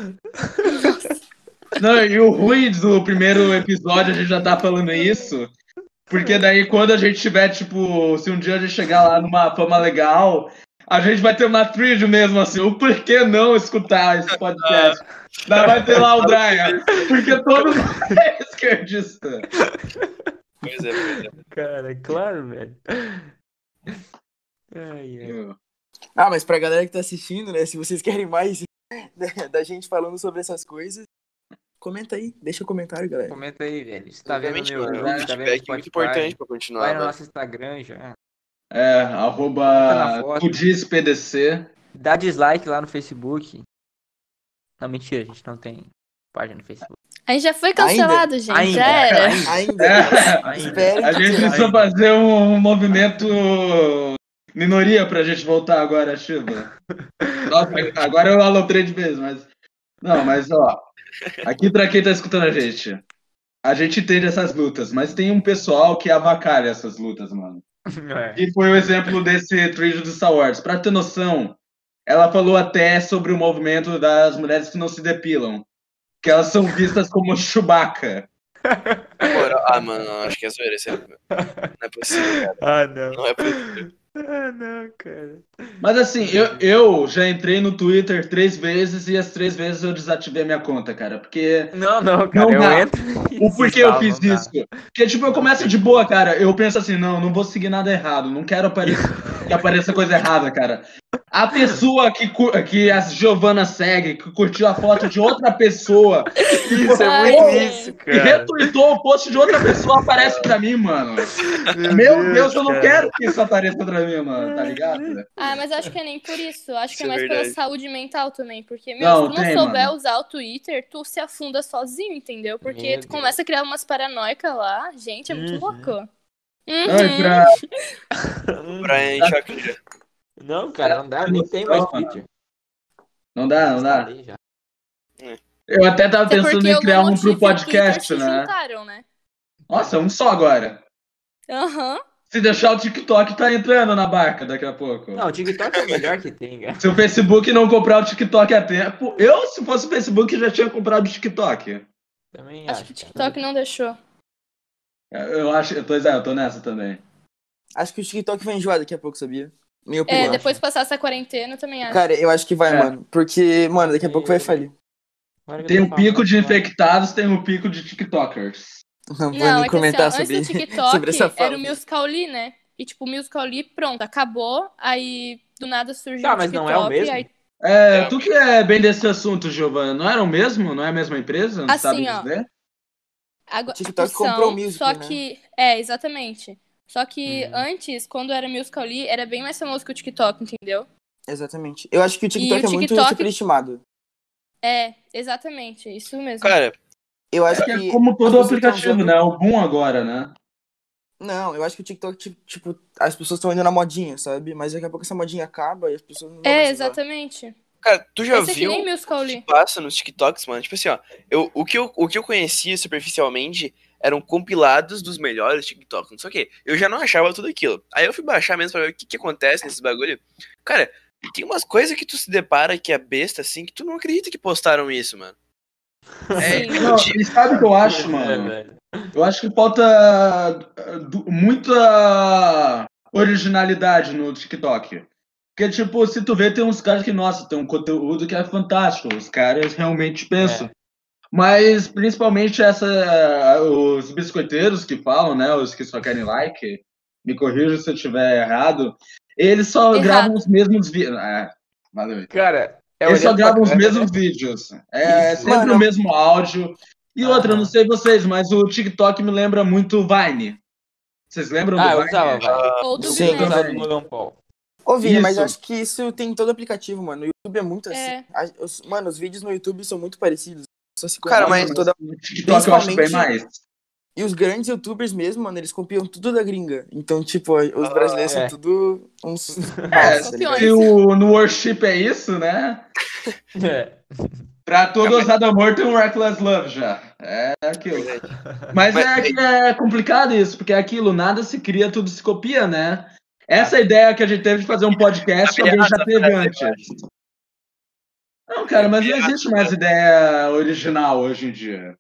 Não, e o ruim do primeiro episódio, a gente já tá falando isso, porque daí quando a gente tiver, tipo, se um dia a gente chegar lá numa fama legal, a gente vai ter uma thread mesmo, assim, o porquê não escutar esse podcast. Daí vai ter lá o Brian, porque todo mundo é esquerdista. Pois é, pois é. Cara, é claro, velho. Ai, ai. Ah, mas pra galera que tá assistindo, né? Se vocês querem mais da, da gente falando sobre essas coisas, Comenta aí, deixa o comentário, galera. Comenta aí, velho. Se tá vendo no Obviamente, YouTube, mano, tá o vendo no feedback é muito Spotify, importante pra vai continuar, no mano. nosso Instagram já. É, Comenta na arroba foto. tudizpdc. Dá dislike lá no Facebook. Não, mentira, a gente não tem página no Facebook. A gente já foi cancelado, gente. Ainda, Já era. ainda. Ainda. É, Ainda. Espero a que gente será. precisa fazer um movimento minoria pra gente voltar agora, Shiva. Nossa, agora eu aloprei de vez, mas... Não, mas ó, aqui pra quem tá escutando a gente, a gente entende essas lutas, mas tem um pessoal que avacalha essas lutas, mano. É. E foi o exemplo desse trío do Star Wars. Pra ter noção, ela falou até sobre o movimento das mulheres que não se depilam. Que elas são vistas como Chewbacca. Na moral, ah, mano, não, acho que é zoeira esse. Não é possível, cara. Ah, não. Não é possível. Ah, não, cara. Mas assim, eu, eu já entrei no Twitter três vezes e as três vezes eu desativei a minha conta, cara. Porque Não, não, cara, Não eu dá. entro e o porquê eu desinstalo, fiz não dá. isso? Porque, tipo, eu começo de boa, cara. Eu penso assim, não, não vou seguir nada errado. Não quero aparecer, que apareça coisa errada, cara. A pessoa que, cu- que a Giovana segue, que curtiu a foto de outra pessoa Isso, é Ai, muito gente. isso, e cara. retweetou o post de outra pessoa, aparece pra mim, mano. Meu Deus, eu não cara. quero que isso apareça pra mim, mano, tá ligado? Ah, mas acho que é nem por isso. Acho que Isso é é mais pela verdade. saúde mental também. Porque, meu, Não, se tu não tem, souber mano. usar o Twitter, tu se afunda sozinho, entendeu? Porque Meu tu Deus. começa a criar umas paranoicas lá. Gente, é muito Uhum. louco. Não, e Uhum. pra, O Brian Shakira. Não, cara, não dá, nem tem mais Twitter. não dá, não dá. Instalei já. Eu até tava Até pensando porque em o criar um Momotivo pro e o Twitter podcast, se né? juntaram, né? Nossa, um só agora. Aham. Se deixar o TikTok, tá entrando na barca daqui a pouco. Não, o TikTok é o melhor que tem, cara. Se o Facebook não comprar o TikTok a tempo, eu, se fosse o Facebook, já tinha comprado o TikTok. Também Acho acho, que o cara. TikTok não deixou. Eu acho, eu tô, eu tô nessa também. Acho que o TikTok vai enjoar daqui a pouco, sabia? Minha É, opinião. depois de passar essa quarentena, eu também acho. Cara, eu acho que vai, É. mano. Porque, mano, daqui a pouco vai falir. Agora que eu Tem tô um pico falando, de vai. infectados, tem um pico de TikTokers. Não vou Não, nem é que assim, ó, comentar antes sobre, do TikTok sobre essa fala. era o Musical.ly, né? E tipo, o Musical.ly, pronto, acabou. Aí do nada surgiu Tá, o mas TikTok. não é o mesmo? Aí, É, É, tu que é bem desse assunto, Giovana, não era o mesmo? Não é a mesma empresa? Não sabe assim, ó. dizer? Agora, O TikTok são, comprou o Musical.ly, só né? que. É, exatamente. Só que Hum. antes, quando era Musical.ly, era bem mais famoso que o TikTok, entendeu? Exatamente. Eu acho que o TikTok E o é muito TikTok- superestimado. É, exatamente, isso mesmo. Cara, Eu acho É que. como as todo pessoas tão aplicativo, usando- né? É o boom agora, né? Não, eu acho que o TikTok, tipo, tipo, as pessoas estão indo na modinha, sabe? Mas daqui a pouco essa modinha acaba e as pessoas não vão É, mais usar. exatamente. cara, tu já Esse é que viu nem o que Musical.ly. passa nos TikToks, mano? Tipo assim, ó. Eu, o, que eu, o que eu conhecia superficialmente eram compilados dos melhores TikToks, não sei o quê. Eu já não achava tudo aquilo. Aí eu fui baixar mesmo pra ver o que, que acontece nesses bagulho. Cara, tem umas coisas que tu se depara que é besta, assim, que tu não acredita que postaram isso, mano. É, Sim. Não, e sabe o que eu acho, É, mano? velho. Eu acho que falta uh, du- muita originalidade no TikTok. Porque, tipo, se tu vê, tem uns caras que, nossa, tem um conteúdo que é fantástico. Os caras realmente pensam. É. Mas, principalmente, essa, os biscoiteiros que falam, né? Os que só querem like, me corrija se eu estiver errado, eles só Errado. gravam os mesmos vídeos. É, valeu. Cara, é Eles só olhando gravam pra os câmera, mesmos né? vídeos. É Isso. sempre Mano, o mesmo áudio. E outra, eu não Aham. sei vocês, mas o TikTok me lembra muito Vine. Vocês lembram Ah, do eu Vine? usava, vai. Ou do Eu Sim. Eu Vine. usava do também. Logan Paul. Ô, Vini, mas Isso. acho que isso tem em todo aplicativo, mano. O YouTube é muito assim. É. A- os- Mano, os vídeos no YouTube são muito parecidos. Só se Cara, compara mas- toda... No TikTok eu acho bem mais. E os grandes youtubers mesmo, mano, eles copiam tudo da gringa. Então, tipo, os brasileiros é. são tudo uns... É, falsos, tá Copiões. ligado? se o, no worship é isso, né? É. Pra todo ousado amor tem um Reckless Love já. É aquilo. Mas, Mas- é que é complicado isso, porque é aquilo, nada se cria, tudo se copia, né? Essa ideia que a gente teve de fazer um podcast, Tá bem alguém já errado teve essa frase, antes. Não, cara, mas não existe mais ideia original hoje em dia.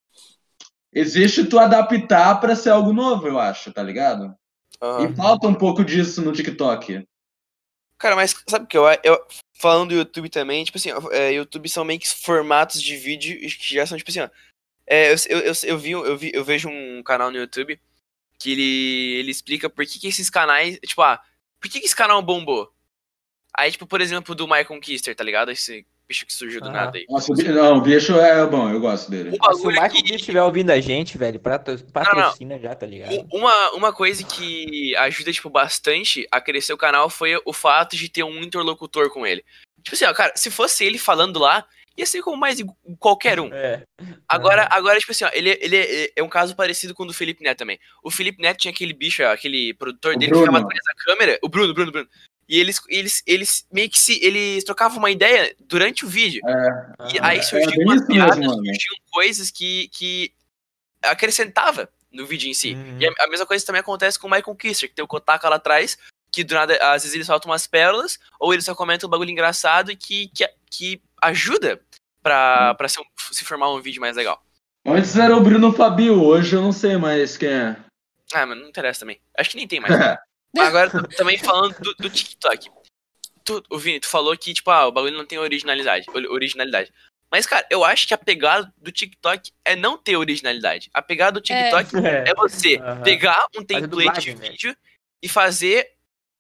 Existe tu adaptar pra ser algo novo, eu acho, tá ligado? Aham. E falta um pouco disso no TikTok. Cara, mas sabe o que eu, eu falando do YouTube também, tipo assim, ó, é, YouTube são meio que formatos de vídeo que já são tipo assim, ó. É, eu, eu, eu, eu, vi, eu, vi, eu vejo um canal no YouTube que ele, ele explica por que, que esses canais, tipo, ah, por que, que esse canal bombou? Aí, tipo, por exemplo, do My Conquister, tá ligado? Esse bicho que surgiu do Ah. nada aí. Nossa, o Bi- não, o bicho é bom, eu gosto dele. Um Se o bagulho Michael que- Kidd estiver ouvindo a gente, velho, patro- patrocina já, tá ligado? U- Uma, uma coisa que ajuda, tipo, bastante a crescer o canal foi o fato de ter um interlocutor com ele. Tipo assim, ó, cara, se fosse ele falando lá, ia ser como mais igu- qualquer um. É. Agora, Aham. agora tipo assim, ó, ele, ele é- é um caso parecido com o do Felipe Neto também. O Felipe Neto tinha aquele bicho, ó, aquele produtor O dele que ficava Bruno. atrás da câmera. O Bruno, Bruno, Bruno. E eles, eles, eles meio que se. Eles trocavam uma ideia durante o vídeo. E Aham. aí é surgiam bem umas isso mesmo, piadas, mano. surgiam coisas que, que acrescentava no vídeo em si. Uhum. E a, a mesma coisa também acontece com o Michael Kister, que tem o Kotaka lá atrás, que do nada, às vezes ele solta umas pérolas, ou ele só comenta um bagulho engraçado e que, que, que ajuda pra, pra ser um- se formar um vídeo mais legal. Antes era o Bruno Fabio, hoje eu não sei mais quem é. Ah, mas não interessa também. Acho que nem tem mais. Mas agora, t- também falando do, do TikTok. Tu, o Vini, tu falou que, tipo, ah, o bagulho não tem originalidade. ori- originalidade. Mas, cara, eu acho que a pegada do TikTok é não ter originalidade. A pegada do TikTok é, É. você Aham. pegar um Fazer template dublagem, de velho. vídeo e fazer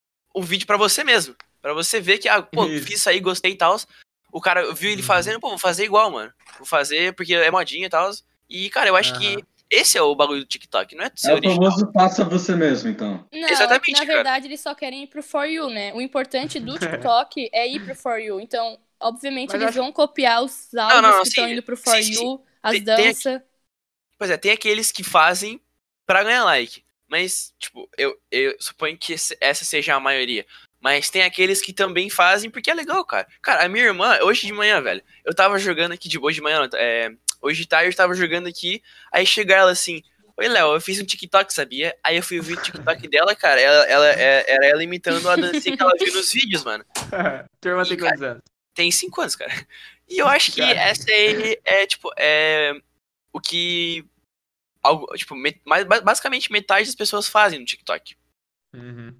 o vídeo pra você mesmo. Pra você ver que, ah, pô, Isso. fiz isso aí, gostei e tal. O cara viu ele Uhum. fazendo, pô, vou fazer igual, mano. Vou fazer porque é modinha e tal. E, cara, eu acho que Aham. esse é o bagulho do TikTok, não é ser É o original. famoso faça você mesmo, então. Não, é que Exatamente, na cara. verdade eles só querem ir pro For You, né? O importante do TikTok é ir pro For You. Então, obviamente, Mas eles acho- vão copiar os áudios não, não, que estão sim, indo pro For sim, sim. You, as Tem- tem danças. Pois é, tem aqueles que fazem pra ganhar like. Mas, tipo, eu, eu suponho que esse- essa seja a maioria. Mas tem aqueles que também fazem porque é legal, cara. Cara, a minha irmã, hoje de manhã, velho, eu tava jogando aqui de hoje de manhã, não, é, hoje de tarde eu tava jogando aqui, aí chega ela assim, oi, Léo, eu fiz um TikTok, sabia? Aí eu fui ouvir o TikTok dela, cara, ela, ela, é- era ela imitando a dancinha que ela viu nos vídeos, mano. Turma tem quantos anos? Tem cinco anos, cara. E eu acho que Cara. essa aí é, tipo, é o que, algo, tipo, met- mais- basicamente metade das pessoas fazem no TikTok. Uhum.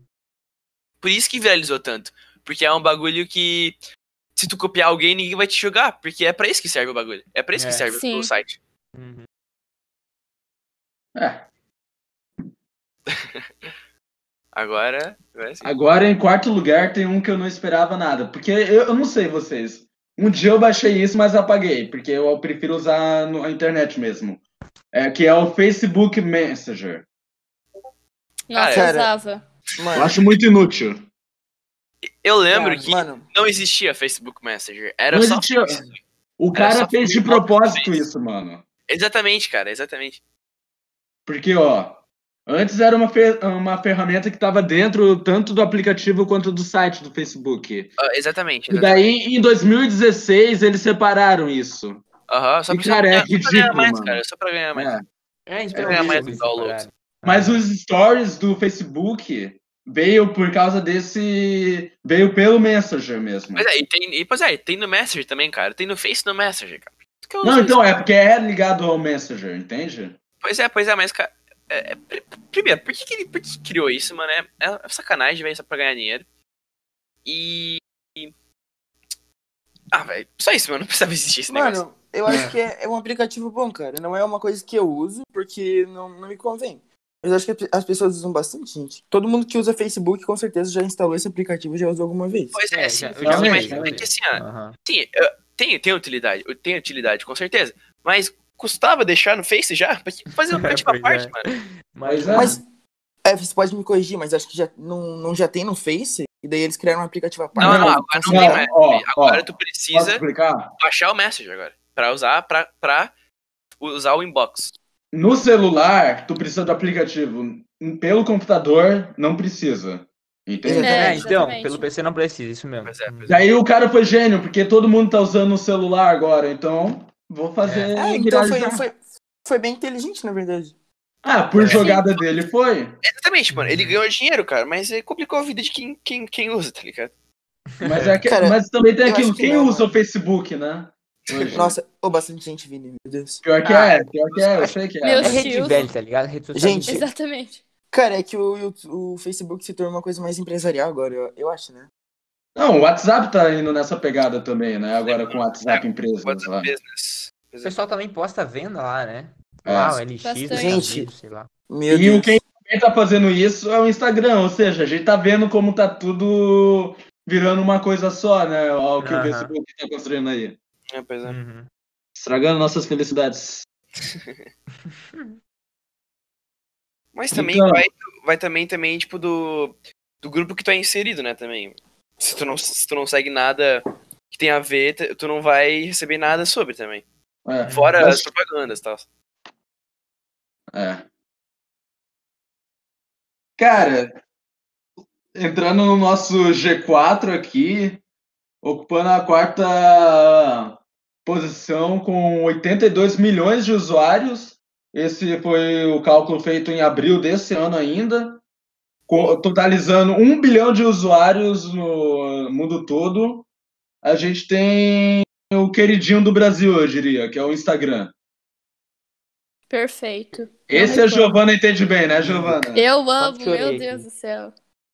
Por isso que viralizou tanto. Porque é um bagulho que, se tu copiar alguém, ninguém vai te jogar. Porque é pra isso que serve o bagulho. É pra isso É. que serve Sim. o site. Uhum. É. Agora, agora sim. Agora, em quarto lugar, tem um que eu não esperava nada. Porque eu, eu não sei vocês. Um dia eu baixei isso, mas apaguei. Porque eu prefiro usar no- a internet mesmo. É, que é o Facebook Messenger. Nossa, Cara, eu usava. Eu Mano, acho muito inútil. Eu lembro cara, que mano, não existia Facebook Messenger. Era Não só existia. Facebook. O Era cara só fez de Facebook propósito Face. isso, mano. Exatamente, cara, exatamente. Porque, ó, antes era uma, fe- uma ferramenta que estava dentro tanto do aplicativo quanto do site do Facebook. Ah, exatamente, E exatamente. daí, em dois mil e dezesseis, eles separaram isso. Aham, só, E, pra- só cara, pra é ganhar, só pra ganhar ridículo, mais, mano. cara. Só pra ganhar mais. É. É, então É, mesmo mais eles downloads. separaram. Mas Ah. os stories do Facebook veio por causa desse. Veio pelo Messenger mesmo. Pois é, e tem, e, pois é, tem no Messenger também, cara. Tem no Face e no Messenger, cara. Por isso que eu Não, uso então, isso. é porque é ligado ao Messenger, entende? Pois é, pois é, mas, cara. é- é- pr- primeiro, por que, que ele por que que criou isso, mano? É, é sacanagem, velho, só pra ganhar dinheiro. E. e- Ah, velho, só isso, mano. Não precisava existir esse negócio. mano, eu acho que é, é um aplicativo bom, cara. Não é uma coisa que eu uso porque não, não me convém. Mas eu acho que as pessoas usam bastante, gente. Todo mundo que usa Facebook com certeza já instalou esse aplicativo e já usou alguma vez. Pois é, É, sim. já- eu sim, já usei, mas já é usei. que assim, ó, Aham. sim, eu- tem, tem utilidade, eu tenho utilidade, com certeza. Mas custava deixar no Face já? Pra que fazer um aplicativo à Pois parte, é. mano? Mas, Pois é. Mas, é, você pode me corrigir, mas acho que já não, não já tem no Face, e daí eles criaram um aplicativo à parte. Não, não, Não, agora não não, tem mais. ó, Agora ó, tu Posso precisa explicar? baixar o Messenger agora. Pra usar, pra, pra usar o inbox. No celular, tu precisa do aplicativo. Pelo computador, não precisa. Entende? É, É, então, exatamente. pelo P C não precisa, isso mesmo. Pois é, pois é. Daí o cara foi gênio, porque todo mundo tá usando o celular agora, então vou fazer. É, então foi, viralizar. foi, foi bem inteligente, na verdade. Ah, por É. jogada dele foi. Exatamente, mano. Ele Uhum. ganhou dinheiro, cara, mas ele complicou a vida de quem, quem, quem usa, tá ligado? Mas, é que- Cara, mas também tem eu aquilo, acho que quem não, usa mano. o Facebook, né? Hoje. Nossa, ô, bastante gente, Vini, meu Deus. Pior que Ah, é, pior que é, eu sei que é. Meu É rede Deus. velha, tá ligado? Rede social Gente, de- Exatamente. Cara, é que o, Yout- o Facebook se tornou uma coisa mais empresarial agora, eu, eu acho, né? Não, o WhatsApp tá indo nessa pegada também, né? Agora com o WhatsApp É, Empresas lá. WhatsApp Business. O pessoal também posta venda lá, né? É. Lá, o L X, Bastante. Mercado Gente. Livre, sei lá. Meu E o Deus. quem também tá fazendo isso é o Instagram, ou seja, a gente tá vendo como tá tudo virando uma coisa só, né? O que o Aham. Facebook tá construindo aí. É, pois é. Uhum. Estragando nossas felicidades. Mas também Então- vai, vai também, também, tipo, do, do grupo que tu é inserido, né, também. Se tu não, se tu não segue nada que tem a ver, tu tu não vai receber nada sobre também. É. Fora Mas- as propagandas e tal. É. Cara, entrando no nosso G quatro aqui, ocupando a quarta posição com oitenta e dois milhões de usuários. Esse foi o cálculo feito em abril desse ano ainda, co- totalizando um bilhão de usuários no mundo todo. A gente tem o queridinho do Brasil, eu diria, que é o Instagram. Perfeito. Não Esse a reclamo. Giovana entende bem, né, Giovana? Eu amo, Quanto chorei meu aqui. Deus do céu.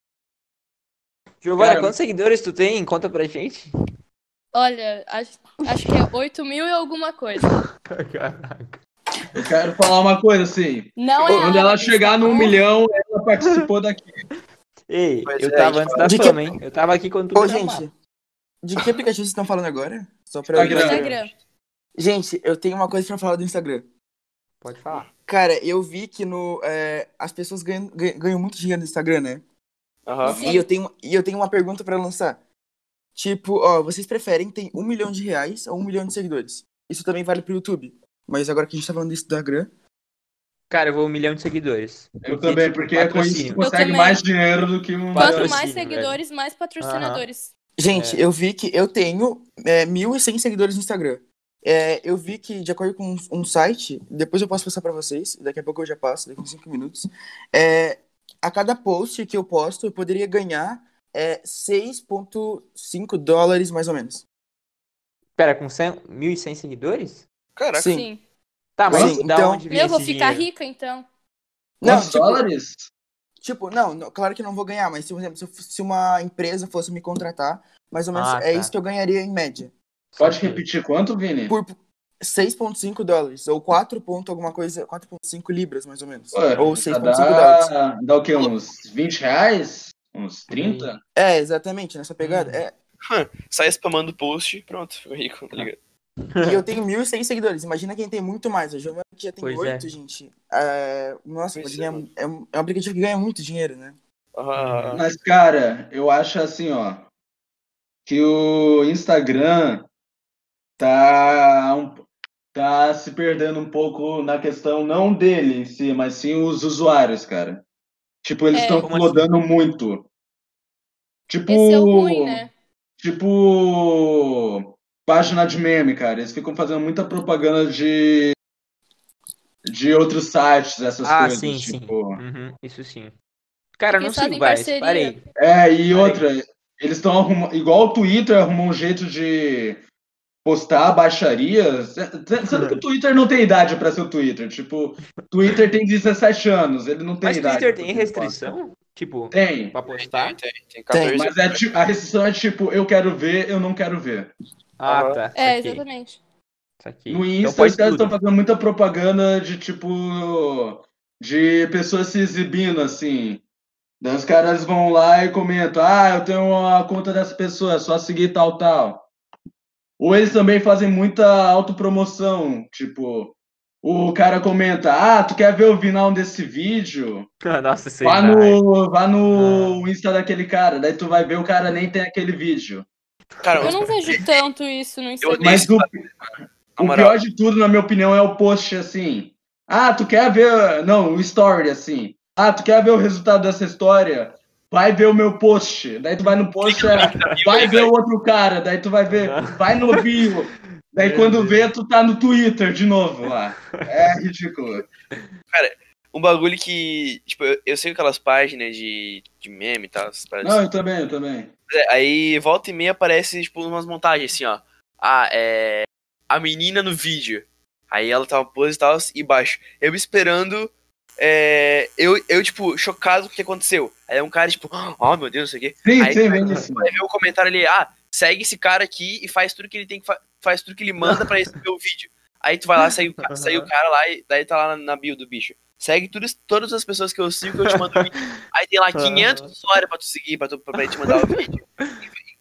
Giovana, Cara, quantos seguidores tu tem? Conta pra gente. Olha, acho, acho que é oito mil e alguma coisa. Caraca. Eu quero falar uma coisa assim. Não é Quando ela árabes, chegar tá no bom? milhão, ela participou daqui. Ei, Pois eu é, tava a gente antes fala- da De que- fama, hein? Eu tava aqui quando tu Ô, me chamava. gente, de que aplicativo vocês estão falando agora? Só pra eu Instagram. Instagram. Gente, eu tenho uma coisa pra falar do Instagram. Pode falar. Cara, eu vi que no, é, as pessoas ganham, ganham, ganham muito dinheiro no Instagram, né? Aham. Sim. E eu tenho, e eu tenho uma pergunta pra lançar. Tipo, ó, vocês preferem ter um milhão de reais ou um milhão de seguidores? Isso também vale pro YouTube. Mas agora que a gente tá falando do Instagram. Cara, eu vou um milhão de seguidores. Eu também, tipo, porque com isso tu patrocínio. Eu consegue também. mais dinheiro do que um. Quanto Patrocínio, mais velho. seguidores, mais patrocinadores. Gente, É. eu vi que eu tenho é, mil e cem seguidores no Instagram. É, eu vi que, de acordo com um, um site, depois eu posso passar pra vocês, daqui a pouco eu já passo, daqui a cinco minutos. É, a cada post que eu posto, eu poderia ganhar é, seis vírgula cinco dólares, mais ou menos. Pera, com cem, mil e cem seguidores? Caraca. Sim. Sim. Tá, mas Sim, da então- onde vem Meu, eu vou esse ficar dinheiro? rica então. Não, Quantos tipo, dólares? tipo, não, não, claro que eu não vou ganhar, mas, se, por exemplo, se, eu f- se uma empresa fosse me contratar, mais ou menos Ah, é tá. isso que eu ganharia em média. Pode Saquei. repetir quanto, Vini? Por seis vírgula cinco dólares, ou quatro ponto alguma coisa, quatro vírgula cinco libras, mais ou menos. Ué, ou já seis vírgula cinco dólares. dá, dá o quê? Uns vinte reais? Uns trinta? É, exatamente, nessa pegada. Hum. É, Sai spamando post, pronto, ficou rico, tá ligado? e eu tenho mil e cem seguidores. Imagina quem tem muito mais. A Giovana já tem Pois oito, é. gente. É, nossa, Pois pode é. ganhar- é, um, é um aplicativo que ganha muito dinheiro, né? Aham, aham. Mas, cara, eu acho assim, ó, que o Instagram tá, um- tá se perdendo um pouco na questão não dele em si, mas sim os usuários, cara. Tipo, eles É. estão Como assim? flodando muito. Tipo, Esse é o ruim, né? tipo página de meme, cara. Eles ficam fazendo muita propaganda de de outros sites, essas Ah, coisas, sim, sim. tipo. Uhum, isso sim. Cara, Porque não eles fazem sigo mais, parceria. parei. É, e Parei. outra, eles estão arrumando, igual o Twitter arrumou um jeito de postar baixarias, sendo que o Twitter não tem idade pra ser o Twitter, tipo, Twitter tem dezessete anos, ele não tem Mas idade. Twitter pra tem ser restrição? Tipo, Tem, pra postar? Tem, tem, tem catorze mas é, ti- a restrição é tipo, eu quero ver, eu não quero ver. Ah, Aham. tá. É, Saquei, exatamente. saquei. No Então Insta, os pode caras tudo. estão fazendo muita propaganda de tipo, de pessoas se exibindo, assim. Daí os caras vão lá e comentam, ah, eu tenho a conta dessa pessoa, é só seguir tal, tal. Ou eles também fazem muita autopromoção, tipo, o cara comenta, ah, tu quer ver o final desse vídeo? Nossa, sei Vá lá. no, vá no Ah. Insta daquele cara, daí tu vai ver o cara nem tem aquele vídeo. Cara, Eu não vejo tanto isso no Instagram. odeio Mas esse o, Na o moral. pior de tudo, na minha opinião, é o post assim. Ah, tu quer ver. Não, o story assim. Ah, tu quer ver o resultado dessa história? Vai ver o meu post. Daí tu vai no post, é, vai ver o outro cara. Daí tu vai ver, vai no bio. Daí Meu quando Deus. vê, tu tá no Twitter de novo lá. É ridículo. Um bagulho que, tipo, eu, eu sei aquelas páginas de, de meme e tal, essas paradas. Não, eu também, eu também. É, aí volta e meia aparece, tipo, umas montagens assim, ó. Ah, é. A menina no vídeo. Aí ela tava pose e tal, e baixo. Eu esperando. É, eu, eu, tipo, chocado com o que aconteceu. Aí é um cara, tipo, oh meu Deus, não sei o quê. Sim, Aí sim, vem isso. vai ver o comentário ali, ah, segue esse cara aqui e faz tudo que ele tem que fa faz tudo que ele manda pra receber o vídeo. Aí tu vai lá, segue o, ca segue o cara lá e daí tá lá na, na bio do bicho. Segue tudo, todas as pessoas que eu sigo que eu te mando o vídeo. Aí tem lá quinhentos usuários pra tu seguir, pra, tu, pra ele te mandar o vídeo.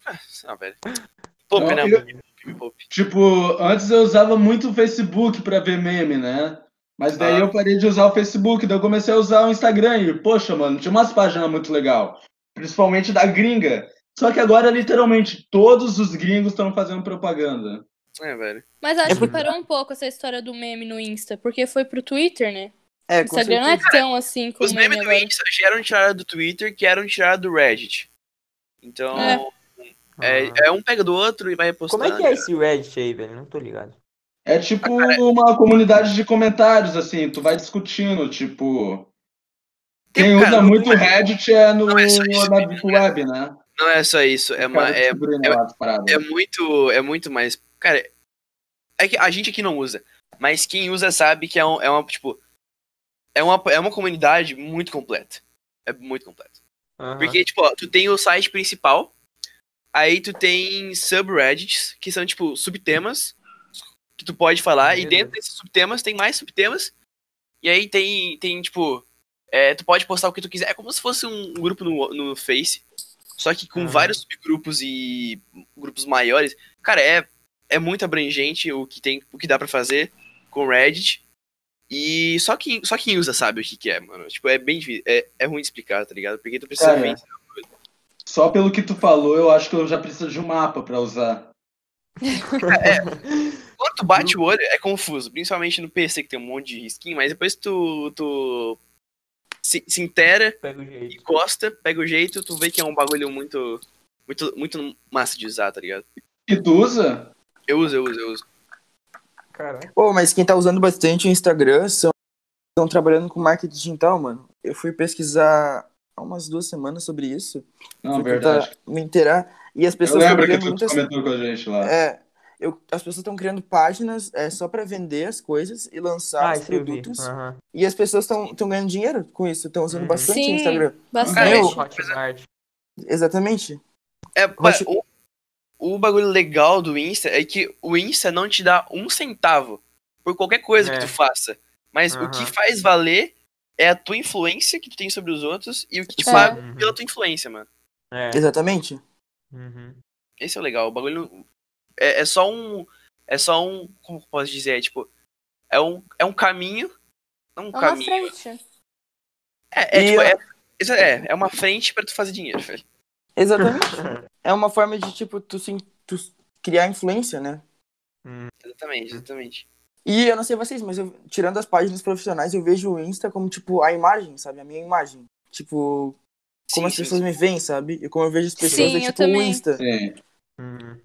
Ah, velho. Poupe, Não, né? eu- Me poupe, me poupe. Tipo, antes eu usava muito o Facebook pra ver meme, né? Mas daí Ah. eu parei de usar o Facebook, daí eu comecei a usar o Instagram e, poxa, mano, tinha umas páginas muito legal, principalmente da gringa. Só que agora, literalmente, todos os gringos estão fazendo propaganda. É, velho. Mas acho que Uhum. parou um pouco essa história do meme no Insta, porque foi pro Twitter, né? É, O com Instagram não é certeza. tão assim como Os meme memes do agora. Insta já eram tirados do Twitter, que eram tirados do Reddit. Então, É. é, Ah. é um pega do outro e vai postando. Como é que é esse Reddit aí, velho? Não tô ligado. É tipo uma comunidade de comentários, assim, tu vai discutindo, tipo... Tem- Quem cara, usa não muito é- Reddit é no, não é só isso, na Deep Web, né? Não é só isso, é, Os uma, caras é, descobrindo é, lá as paradas. é muito, é muito mais. Cara, é que a gente aqui não usa, mas quem usa sabe que é, um, é uma, tipo, é uma, é uma comunidade muito completa. É muito completa. Aham. Porque, tipo, ó, tu tem o site principal, aí tu tem subreddits, que são, tipo, subtemas que tu pode falar, e Meu dentro Deus. desses subtemas tem mais subtemas, e aí tem, tem tipo, é, tu pode postar o que tu quiser. É como se fosse um grupo no, no Face, só que com Aham. vários subgrupos e grupos maiores. Cara, é, é muito abrangente o que tem, o que dá pra fazer com o Reddit. E só quem, só quem usa sabe o que, que é, mano. Tipo, é bem difícil. É, é ruim de explicar, tá ligado? Porque tu precisa Cara, ver. Só pelo que tu falou, eu acho que eu já preciso de um mapa pra usar. Quando tu bate o olho, é confuso. Principalmente no P C, que tem um monte de risquinho. Mas depois tu, tu se, se inteira, Pega o jeito. encosta, pega o jeito, tu vê que é um bagulho muito, muito, muito massa de usar, tá ligado? E tu usa? Eu uso, eu uso, eu uso. Caralho. Pô, mas quem tá usando bastante o Instagram são estão trabalhando com marketing digital, mano. Eu fui pesquisar há umas duas semanas sobre isso. Não, fui verdade. tentar me inteirar. E as Eu pessoas estão lembro que criando tu muitas. comentou com a gente lá. É, eu, as pessoas estão criando páginas é, só pra vender as coisas e lançar Ah, os isso eu vi. produtos. Aham. E as pessoas estão ganhando dinheiro com isso. Estão usando Uhum. bastante o Sim, Instagram. bastante. Meu, Hotmart. exatamente. É, Mas- o, o bagulho legal do Insta é que o Insta não te dá um centavo por qualquer coisa É. que tu faça. Mas o Aham. que faz valer é a tua influência que tu tem sobre os outros e o que te É. paga Uhum. pela tua influência, mano. É. Exatamente. Uhum. Esse é o legal. O bagulho não- é, é só um. É só um. Como eu posso dizer? É tipo. É um, é um caminho. Não um É uma caminho. frente. É, é, E- tipo, é, isso é, é uma frente pra tu fazer dinheiro, velho. Exatamente. É uma forma de, tipo, tu, sim, tu criar influência, né? Exatamente, exatamente. E eu não sei vocês, mas eu, tirando as páginas profissionais, eu vejo o Insta como, tipo, a imagem, sabe? A minha imagem. Tipo, como Sim, as sim, pessoas sim. me veem, sabe? E como eu vejo as pessoas Sim, é eu tipo o também. Insta. Sim. Uhum.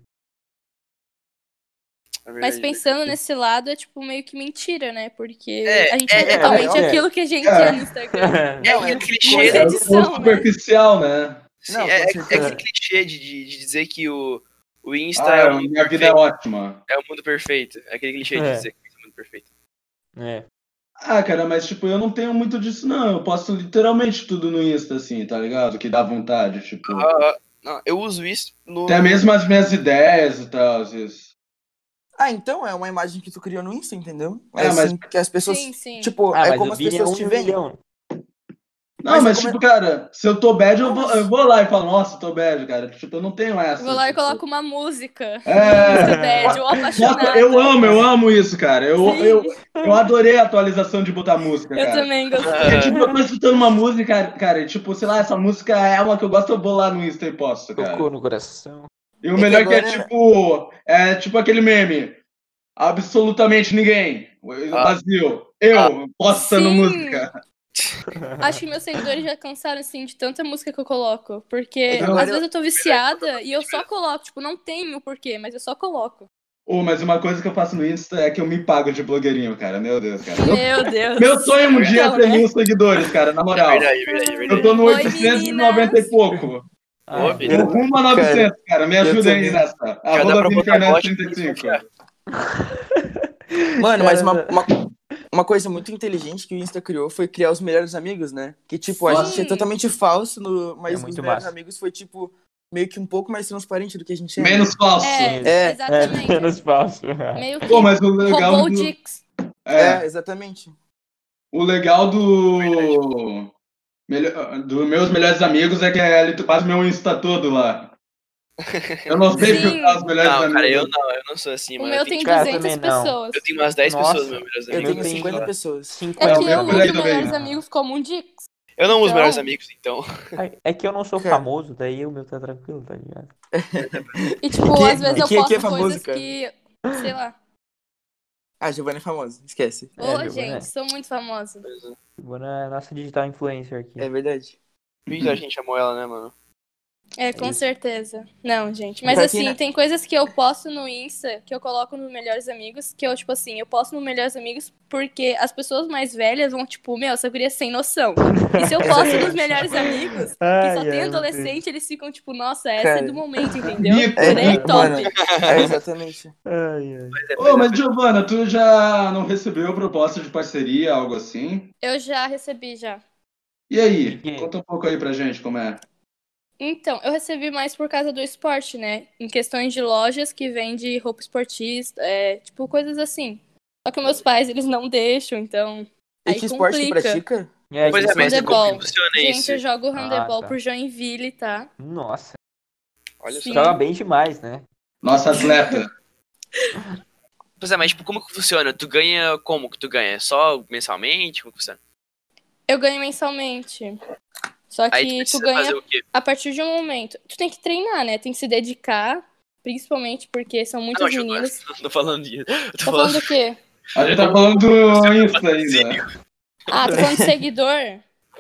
É Mas verdade, pensando nesse lado, é tipo meio que mentira, né? Porque É, a gente não é é, totalmente é, é. aquilo que a gente É. é no Instagram. É Não, aquele é- clichê, muita né? É edição, o superficial, né? Sim, Não, é, com é- é certeza. aquele clichê de, de, de dizer que o, o Insta Ah, é, o mundo minha vida é perfeito, ótima. é o mundo perfeito. É aquele clichê de É. dizer que é o mundo perfeito. É. Ah, cara, mas tipo, eu não tenho muito disso, não. Eu posto literalmente tudo no Insta, assim, tá ligado? Que dá vontade, tipo. Ah, não, eu uso isso no. Até mesmo as minhas ideias e tal, às vezes. Ah, então é uma imagem que tu criou no Insta, entendeu? É, É mas- assim que as pessoas. Sim, sim. Tipo, Ah, é mas como o as Vini é pessoas um te no veem. milhão. Não, Mas mas, é como tipo, cara, se eu tô bad, eu Não, vou, mas- eu vou lá e falo, nossa, tô bad, cara. Tipo, eu não tenho essa. Eu vou lá e tipo. coloco uma música. É. Música bad, ou apaixonada. Nossa, eu amo, eu amo isso, cara. Eu, Sim. eu, eu adorei a atualização de botar música, Eu cara. também gostei. Porque, tipo, eu tô escutando uma música, cara, e, tipo, sei lá, essa música é uma que eu gosto, eu vou lá no Insta e posto, cara. Tocou no coração. E o que melhor que é, agora- tipo, é tipo aquele meme. Absolutamente ninguém. Ah. Vazio. Eu postando Sim. música. Acho que meus seguidores já cansaram, assim, de tanta música que eu coloco. Porque É que às agora vezes eu tô viciada e eu só coloco. Tipo, não tenho porquê, mas eu só coloco. Oh, mas uma coisa que eu faço no Insta é que eu me pago de blogueirinho, cara. Meu Deus, cara. Meu, Meu Deus. meu sonho um dia é Então, ter né? mil seguidores, cara, na É moral. verdade, é verdade, é verdade. Eu tô no Oi, oitocentos e noventa e meninas. pouco. Ah, Ô, Vini. Eu rumo a novecentos, cara. Me eu ajuda aí também. nessa. dá Arroba pra Vini botar Fernandes bot trinta e cinco. pra Mano, mas Cara, uma, uma, uma coisa muito inteligente que o Insta criou foi criar os melhores amigos, né? Que, tipo, a Sim. gente é totalmente falso, no, mas É os muito melhores massa. amigos foi, tipo, meio que um pouco mais transparente do que a gente é. Menos falso. É, É, exatamente. É, menos falso. Meio que Pô, mas o legal roubou o do... Dix. É, É, exatamente. o legal do... Melhor... dos meus melhores amigos é que é quase meu Insta todo lá. Eu não sei Sim. filtrar os melhores Não, amigos. cara, eu não, eu não sou assim, O mano. meu eu, tenho, tem Cara, duzentas também não. pessoas. eu tenho umas dez Nossa, pessoas, meus melhores Eu amigos. tenho tenho cinquenta sei lá. pessoas. É cinquenta. que eu eu uso também. melhores amigos como um Dix. Eu não uso Então- melhores amigos, então. É que eu não sou Cara. famoso, daí o meu tá tranquilo, tá ligado? E, tipo, Quem- às vezes eu quem aqui posto é famoso, coisas cara? que, sei lá. Ah, Giovanna é famosa, esquece. É, Ô, Giovana, gente, sou muito famosa. Giovana é a nossa digital influencer aqui. É verdade. Muita gente chamou ela, né, mano? É, com isso. certeza. Não, gente. Mas Pra quem assim, não- tem coisas que eu posto no Insta, que eu coloco no Melhores Amigos, que eu, tipo assim, eu posto no Melhores Amigos porque as pessoas mais velhas vão, tipo, meu, essa guria é sem noção. E se eu posto nos Melhores Amigos, que Ai, só ai, tem meu adolescente, eles ficam, tipo, nossa, essa Cara. é do momento, entendeu? Mito, Por aí, É, top. mano, é exatamente. Ai, ai. Ô, mas Giovana, tu já não recebeu proposta de parceria, algo assim? Eu já recebi, já. E aí? Que- Conta um pouco aí pra gente como é. Então, eu recebi mais por causa do esporte, né? Em questões de lojas que vende roupa esportista, é, tipo, coisas assim. Só que meus pais, eles não deixam, então... E Aí que esporte tu complica. pratica? E aí, Pois é, que mas você- como Handebol. que funciona Gente, isso? eu jogo handebol tá. por Joinville, tá? Nossa, Olha Sim. só. joga bem demais, né? Nossa atleta. Pois é, mas tipo, como que funciona? Tu ganha como que tu ganha? Só mensalmente? Como que funciona? Eu ganho mensalmente. Só Aí tu que tu precisa ganha fazer o quê? a partir de um momento. Tu tem que treinar, né? Tem que se dedicar, principalmente porque são Ah, muitas não, Giovana, meninas. não tô falando disso. Eu tô Tá falando... falando do quê? A gente tá falando do Insta ainda. Ah, tá falando de seguidor?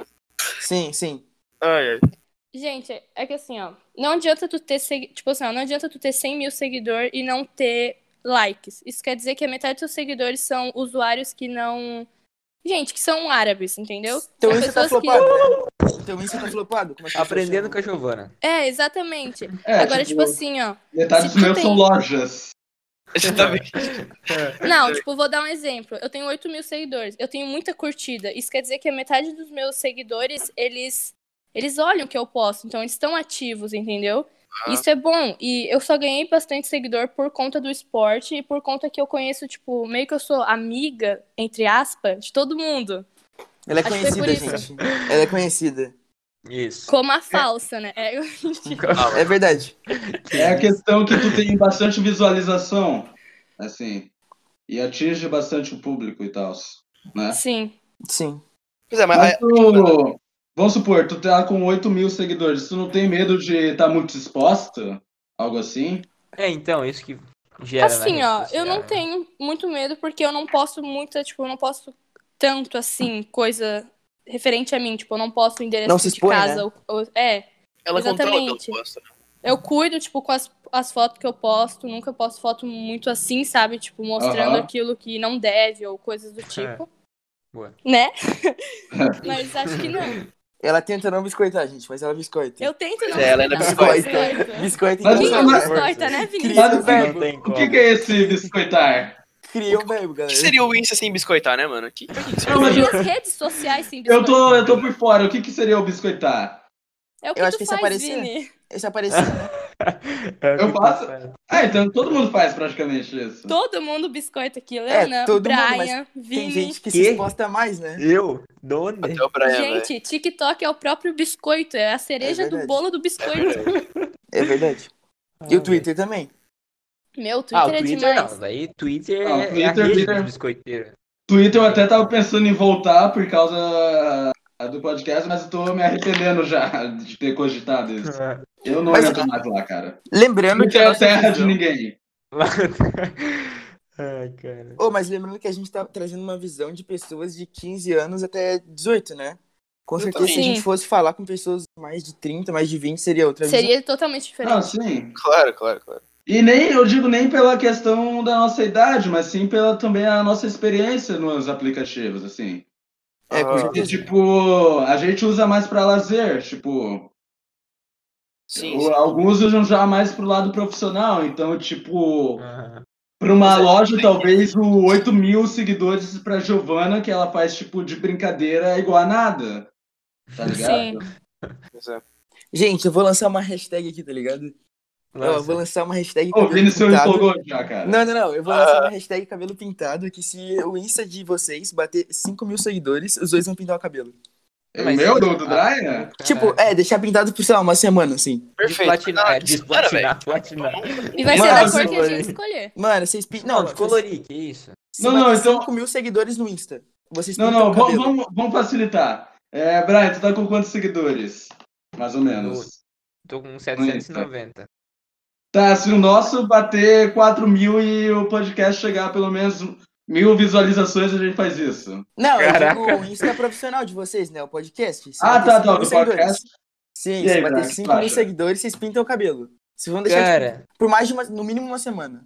Sim, sim. Ai, ai. Gente, é que assim, ó, não adianta tu ter, segui... tipo assim, ó, não adianta tu ter cem mil seguidores e não ter likes. Isso quer dizer que a metade dos seus seguidores são usuários que não... Gente, que são árabes, entendeu? Teu são Insta tá pessoas que... flopado, né? Teu Insta tá flopado. Como as pessoas Aprendendo chamam. com a Giovana. É, exatamente. É, Agora, tipo, tipo assim, ó, metade se dos tu meus tem- são lojas. Exatamente. não, tipo, vou dar um exemplo. Eu tenho oito mil seguidores, eu tenho muita curtida. Isso quer dizer que a metade dos meus seguidores, eles, eles olham o que eu posto, então eles estão ativos, entendeu? Ah. Isso é bom. E eu só ganhei bastante seguidor por conta do esporte e por conta que eu conheço, tipo, meio que eu sou amiga, entre aspas, de todo mundo. Ela é Acho que foi por conhecida, isso. gente. Ela é conhecida. Isso. Como a falsa, né? É, eu- É verdade. É a questão que tu tem bastante visualização, assim, e atinge bastante o público e tal, né? Sim. Sim. Pois é, mas... Mas tu, vamos supor, tu tá com oito mil seguidores, tu não tem medo de estar muito exposta? Algo assim? É, então, isso que gera na Assim, rede ó, social, eu não né? tenho muito medo porque eu não posto muita, tipo, eu não posto tanto assim, coisa referente a mim, tipo, eu não posto endereço Não se de expõe, casa. né? Ou, ou- é, ela controla o que exatamente. ela posta. eu cuido, tipo, com as, as fotos que eu posto, nunca posto foto muito assim, sabe? Tipo, mostrando Aham. aquilo que não deve ou coisas do tipo, Boa. né? Mas acho que não. Ela tenta não biscoitar, gente, mas ela biscoita. Eu tento não É, ela ainda biscoitar, biscoita. biscoito. Biscoita Mas Quem você não não- biscoita, né, Vinícius? Cria um Mas verbo. Não tem O como. que, que é esse biscoitar? Cria um verbo, O galera. que seria o Insta sem biscoitar, né, mano? Que, pra que que Não, mas E eu, as redes sociais sem eu, biscoito. tô, eu tô por fora, o que, que seria o biscoitar? É o que Eu acho tu que isso faz, aparecia. Vini. Esse apareceu, né? É o que Eu tu faço? faz. Ah, então todo mundo faz praticamente isso. Todo mundo biscoita aqui. É, Leonan, todo mundo, Brian, Tem Vini. gente que Que? se exposta mais, né? Eu? De onde? Até o Brian, velho. Gente, TikTok é o próprio biscoito. É a cereja É do verdade. bolo do biscoito. É verdade. E o Twitter também. Meu, Ah, Twitter o é Twitter demais. não. Daí Twitter Não, é- é a Twitter, rede Twitter. dos biscoiteiros. Twitter eu até tava pensando em voltar por causa do podcast, mas eu tô me arrependendo já de ter cogitado isso. Eu não Mas- entro mais lá, cara. Lembrando que Twitter a é nossa terra de visão... ninguém. Ai, cara. Oh, mas lembrando que a gente tá trazendo uma visão de pessoas de quinze anos até dezoito, né? Com certeza, se a gente Sim. fosse falar com pessoas mais de trinta, mais de vinte, seria outra visão. Seria totalmente diferente. Não, sim. Claro, claro, claro. E nem, eu digo nem pela questão da nossa idade, mas sim pela também a nossa experiência nos aplicativos, assim. É, com Ah, Porque, certeza. tipo, a gente usa mais pra lazer, tipo, Sim, o- sim. alguns usam já mais pro lado profissional, então, tipo, Aham. pra uma Mas é- loja, talvez o oito mil seguidores pra Giovana, que ela faz, tipo, de brincadeira, é igual a nada, tá ligado? Sim. Pois é. Gente, eu vou lançar uma hashtag aqui, tá ligado? Ó, eu vou lançar uma hashtag Ô, o cabelo Vini se pintado. empolgou já, cara. Não, não, não. Eu vou lançar uma hashtag cabelo pintado que se o Insta de vocês bater cinco mil seguidores, os dois vão pintar o cabelo. O Mas- meu, do, do Ah, Dryer? Tipo, é, deixar pintado por, sei lá, uma semana, assim. Perfeito. Desplatinar, Não, é, desplatinar, velho. desplatinar, platinar. E vai ser Mano, da assim, cor que a colorido. gente escolher. Mano, vocês pintam. Não, Não, descolorir, que isso? Você Não, vai não, ter então- cinco mil seguidores no Insta. Vocês Não, pintam não, o vamos, cabelo. vamos, vamos facilitar. É, Brian, tu tá com quantos seguidores? Mais ou menos. Tô com setecentos e noventa. Tá, se o nosso bater quatro mil e o podcast chegar a pelo menos mil visualizações, a gente faz isso. Não, eu Caraca. digo o Insta profissional de vocês, né? O podcast. Você Ah, vai ter tá, cinco tá, mil do seguidores. podcast. Sim, E aí, você vai ter Brian, o que tu cinco mil acha? seguidores, vocês pintam o cabelo. Vocês vão deixar, tipo, Cara, por mais de uma, no mínimo uma semana.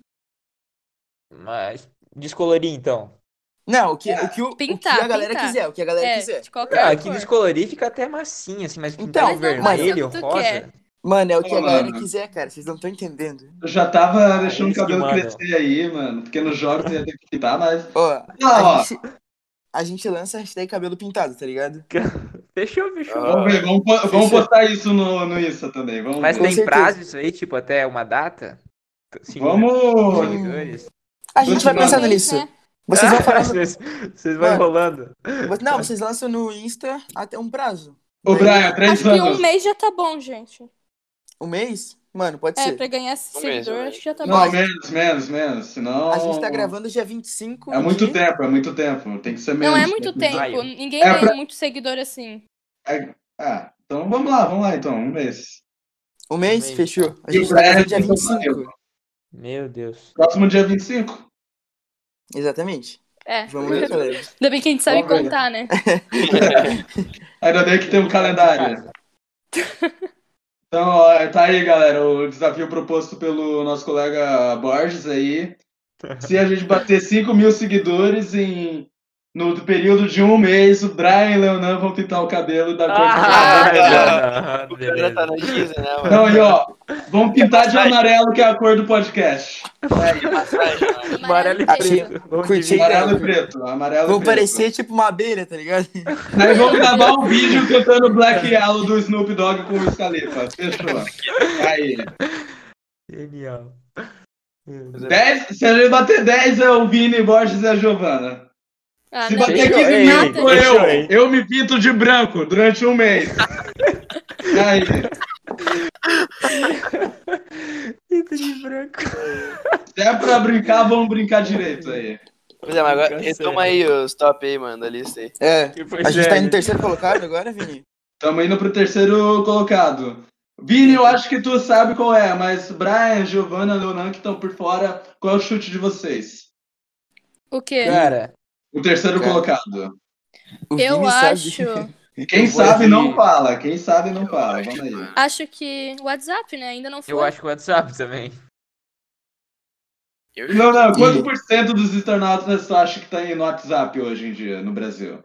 mas descolorir então. Não, o que, o que, o, o que Pintar, a galera pintar. quiser, o que a galera É, quiser. de qualquer Ah, cor. aqui descolorir fica até massinha, assim, mas pintar Então, um mas não vai ser vermelho, o que tu rosa. quer. Mano, é o que Ô, a galera mano. quiser, cara. Vocês não estão entendendo. Eu já tava deixando o isso que cabelo manda. crescer aí, mano. Porque nos jogos ia ter que pintar, mas. Ó, Não, ó. a, gente, a gente lança a hashtag cabelo pintado, tá ligado? Fechou, fechou. Vamos ver, vamos, po- vamos Fechou. postar isso no, no Insta também. Vamos Mas ver. Com tem certeza. prazo isso aí, tipo, até uma data? Cinco Vamos. mil seguidores? A gente vai Dois pensando meses, nisso. né? Vocês vão falando. Vocês, vocês vão Mano. enrolando. Não, vocês lançam no Insta até um prazo. Ô, Daí, Brian, três Acho que anos. um mês já tá bom, gente. Um mês? Mano, pode É, ser. pra ganhar esse Um mês, seguidor, um acho que já tá Não, bom. menos, menos, menos. Senão. A gente tá gravando dia vinte e cinco. É muito de... tempo, é muito tempo. Tem que ser menos. Não é muito tempo. Maio. Ninguém É ganha pra- muito seguidor assim. É- Ah, então vamos lá, vamos lá então. Um mês. Um mês? Um mês. Fechou. A E o gente tá Brian gravando dia tem vinte e que cinco. Meu Deus. Próximo dia vinte e cinco. Exatamente. É. Vamos ver, galera. Ainda bem que a gente sabe Vamos ver. contar, né? Ainda bem que tem um calendário. Então, ó, tá aí, galera, o desafio proposto pelo nosso colega Borges aí. Se a gente bater cinco mil seguidores em, no período de um mês, o Brian e o Leonan vão pintar o cabelo da cor Ah, que não, O beleza. cara tá na Disney, né, mano? Não, e ó, vamos pintar de amarelo, que é a cor do podcast. Passagem, mano. Amarelo e Achei- preto. Vamos Curti. dividir. Amarelo e preto. Amarelo Vão e preto. parecer tipo uma abelha, tá ligado? Aí vamos gravar um vídeo cantando Black Yellow do Snoop Dogg com o Wiz Khalifa. Fechou. Aí. Genial. Meu Deus. dez, se a gente bater dez, é o Vini, Borges e a Giovana. Ah, Se não, bater Fechou, quinze ei, mil, ei, sou fechou, eu. hein? Eu me pinto de branco durante um mês. Aí. Pinto de branco. Se é pra brincar, vamos brincar direito aí. Pois é, mas agora Fica retoma sério. aí os top aí, mano, da lista aí. É. Pois A gente é, tá indo né? no terceiro colocado agora, Vini? Tamo indo pro terceiro colocado. Vini, eu acho que tu sabe qual é, mas Brian, Giovana, Leonan que estão por fora, qual é o chute de vocês? O quê? Cara, O terceiro Cara. colocado. O Eu Vini sabe. acho. Quem Eu vou sabe de- não fala. Quem sabe não fala. acho, Vamos aí. mano. Acho que o WhatsApp, né? Ainda não foi. eu acho que o WhatsApp também. Eu Não, não. Quanto E- por cento dos internautas tu acha que tá aí no WhatsApp hoje em dia, no Brasil?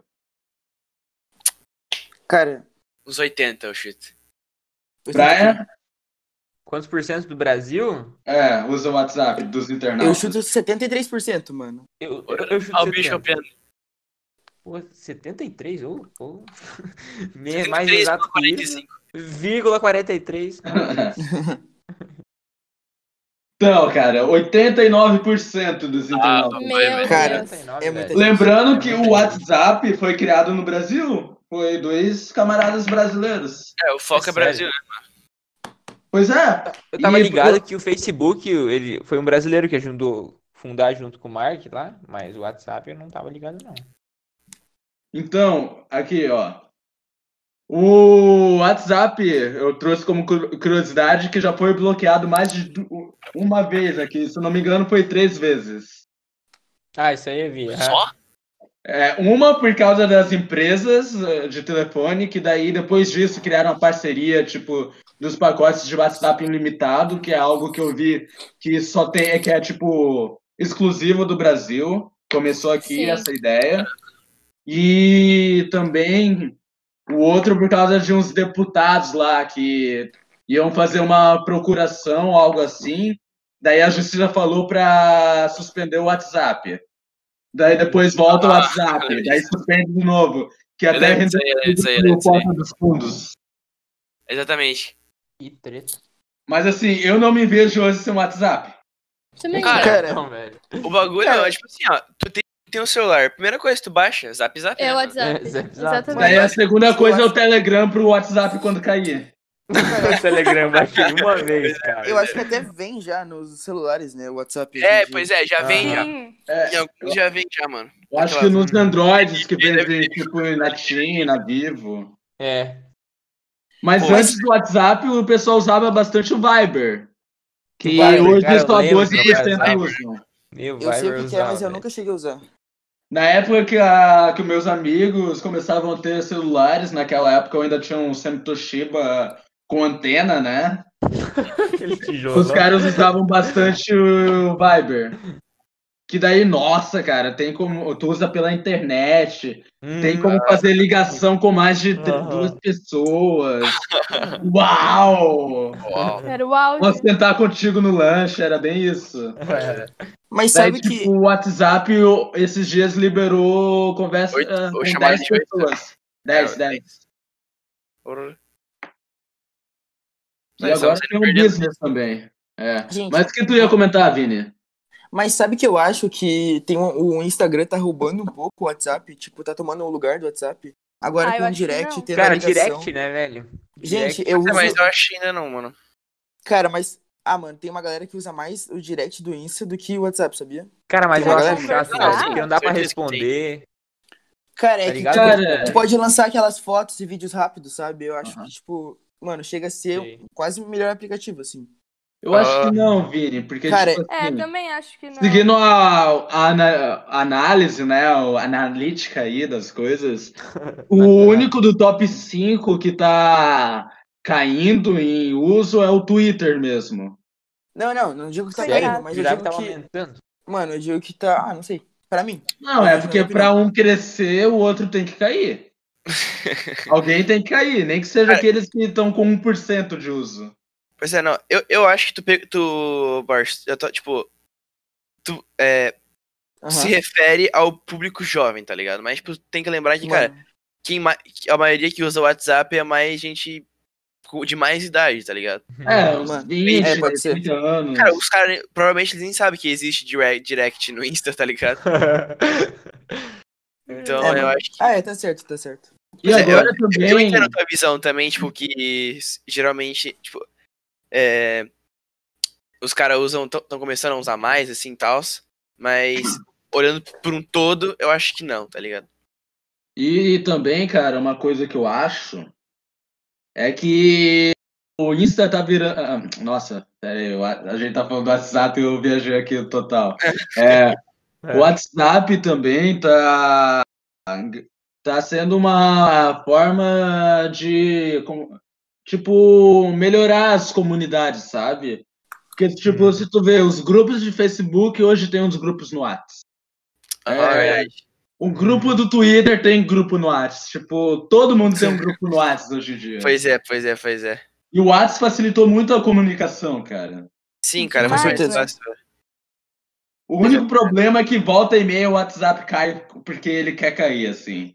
Cara, Uns oitenta, eu chuto. eu Brian? Quantos por cento do Brasil? É, usa o WhatsApp dos chuto- internautas. Eu chuto setenta e três por cento, mano. Eu, eu, eu chuto Ah, o bicho setenta. campeão. Pô, setenta e três? Ô, pô. Me- Mais três exato que quarenta e isso. cinco. Vírgula quarenta e três. Então, cara, oitenta e nove por cento dos Ah, internautas. Meu Cara, Deus. é muita gente. Lembrando que o WhatsApp foi criado no Brasil. Foi dois camaradas brasileiros. É, o foco é, É Brasil, sério? né? Pois é. Eu tava E- ligado que o Facebook, ele foi um brasileiro que ajudou a fundar junto com o Mark lá, mas o WhatsApp eu não tava ligado, não. Então, aqui, ó. O WhatsApp eu trouxe como cu- curiosidade que já foi bloqueado mais de du- uma vez aqui. Se eu não me engano, foi três vezes. Ah, isso aí eu vi. aham. Só? É, uma por causa das empresas eh, de telefone, que daí depois disso criaram uma parceria, tipo, dos pacotes de WhatsApp ilimitado, que é algo que eu vi que só tem, que é tipo exclusivo do Brasil. Começou aqui Sim. essa ideia. E também o outro por causa de uns deputados lá que iam fazer uma procuração, algo assim. Daí a justiça falou para suspender o WhatsApp. Daí depois volta o Ah, WhatsApp, daí suspende de novo. Que Eu até lembro disso aí, eu lembro disso aí, eu lembro no disso aí. porta dos fundos. Exatamente. Que treta. Mas assim, eu não me vejo hoje sem WhatsApp. Também Cara, Cara, Não, velho. O bagulho Cara. é, tipo assim, ó, tu tem tem um celular, a primeira coisa que tu baixa, Zap Zap, É né, o mano? WhatsApp. É, zap, zap. Exatamente. Daí a segunda eu coisa é o acho- Telegram pro WhatsApp quando cair. O Telegram baixei uma vez, cara. Eu acho que até vem já nos celulares, né? O WhatsApp. hoje em É, dia. pois é, já vem já. Sim. É, Em alguns já vem já, mano. eu acho que Aquela- nos Androids que vendem, tipo, na Tim, na Vivo. É. Mas Pô, antes do WhatsApp, o pessoal usava bastante o Viber. Que Viber, hoje cara, eu só lembro, doze por cento cara, usam. Meu, Eu sei o Viber que, que é, mas usava, eu velho. nunca cheguei a usar. Na época que, a, que meus amigos começavam a ter celulares, naquela época eu ainda tinha um Sony Toshiba com antena, né? Aquele Os tijolão. caras usavam bastante o Viber. Que daí, nossa, cara, tem como. Tu usa pela internet, tem Hum, como fazer ligação com mais de tr- Aham. duas pessoas. Uau! Uau. Era o áudio. Posso sentar contigo no lanche, era bem isso. Mas Daí, sabe tipo, que. o WhatsApp o- esses dias liberou conversa Oito- ah, ou com chamada dez de oito, né? pessoas. dez, É, dez. Porra. E Não, agora estamos tem o perdendo. business também. É. Gente, Mas o que tu ia comentar, Vini? Mas sabe que eu acho que tem um- o Instagram tá roubando um pouco o WhatsApp? Tipo, tá tomando o lugar do WhatsApp? Agora Ah, eu com o acho que direct não. tendo Cara, a ligação. direct, né, velho? Gente, Direct. eu É, uso. mas eu acho que ainda não, mano. Cara, mas. Ah, mano, tem uma galera que usa mais o direct do Insta do que o WhatsApp, sabia? Cara, mas Tem eu uma acho galera- chato, Ah, velho, porque não dá pra certeza que tem. responder. Cara, é Tá que ligado? tipo, Cara, tu pode lançar aquelas fotos e vídeos rápidos, sabe? Eu acho Aham. que, tipo, mano, chega a ser Sei. quase o melhor aplicativo, assim. eu acho Ah. que não, Vini, porque, Cara, tipo É, assim, também acho que não. seguindo a, a ana- a análise, né, a analítica aí das coisas, o único do top cinco que tá caindo em uso é o Twitter mesmo. Não, não, não digo que tá Sério? caindo, mas eu Jurava digo que tava que. aumentando. Mano, eu digo que tá. Ah, não sei. Pra mim. Não, Mas é na porque minha pra opinião. um crescer, o outro tem que cair. Alguém tem que cair, nem que seja Cara, aqueles que estão com um por cento de uso. Pois é, não. Eu, eu acho que tu, pe- tu Bars, eu tô, tipo, tu é, Aham. se refere ao público jovem, tá ligado? Mas, tipo, tem que lembrar que, cara, Mano, quem ma- a maioria que usa o WhatsApp é mais gente com- de mais idade, tá ligado? É, uns Mano, vinte, é, pode ser. trinta anos. Cara, os caras, provavelmente eles nem sabem que existe direct, direct no Insta, tá ligado? Então, É, eu mano. acho que... Ah, é, tá certo, tá certo. E Pois é, agora Eu também. entendo a tua visão também, tipo, que s- geralmente, tipo, é, os caras usam, estão começando a usar mais, assim, tals, mas olhando por um todo, eu acho que não, tá ligado? E também, cara, uma coisa que eu acho é que o Insta tá virando. ah, Nossa, pera aí, o wa- a gente tá falando do WhatsApp e eu viajei aqui no total. É, o WhatsApp também tá, tá sendo uma forma de, como- tipo, melhorar as comunidades, sabe? Porque, tipo, Hum. se tu vê os grupos de Facebook, hoje tem uns grupos no WhatsApp. Aham, É. é verdade. O grupo do Twitter tem grupo no WhatsApp. Tipo, todo mundo tem um grupo no WhatsApp hoje em dia. Pois é, pois é, pois é. E o WhatsApp facilitou muito a comunicação, cara. Sim, cara, Demais, foi mais né? fácil. O único problema é que volta e meia o WhatsApp cai porque ele quer cair, assim.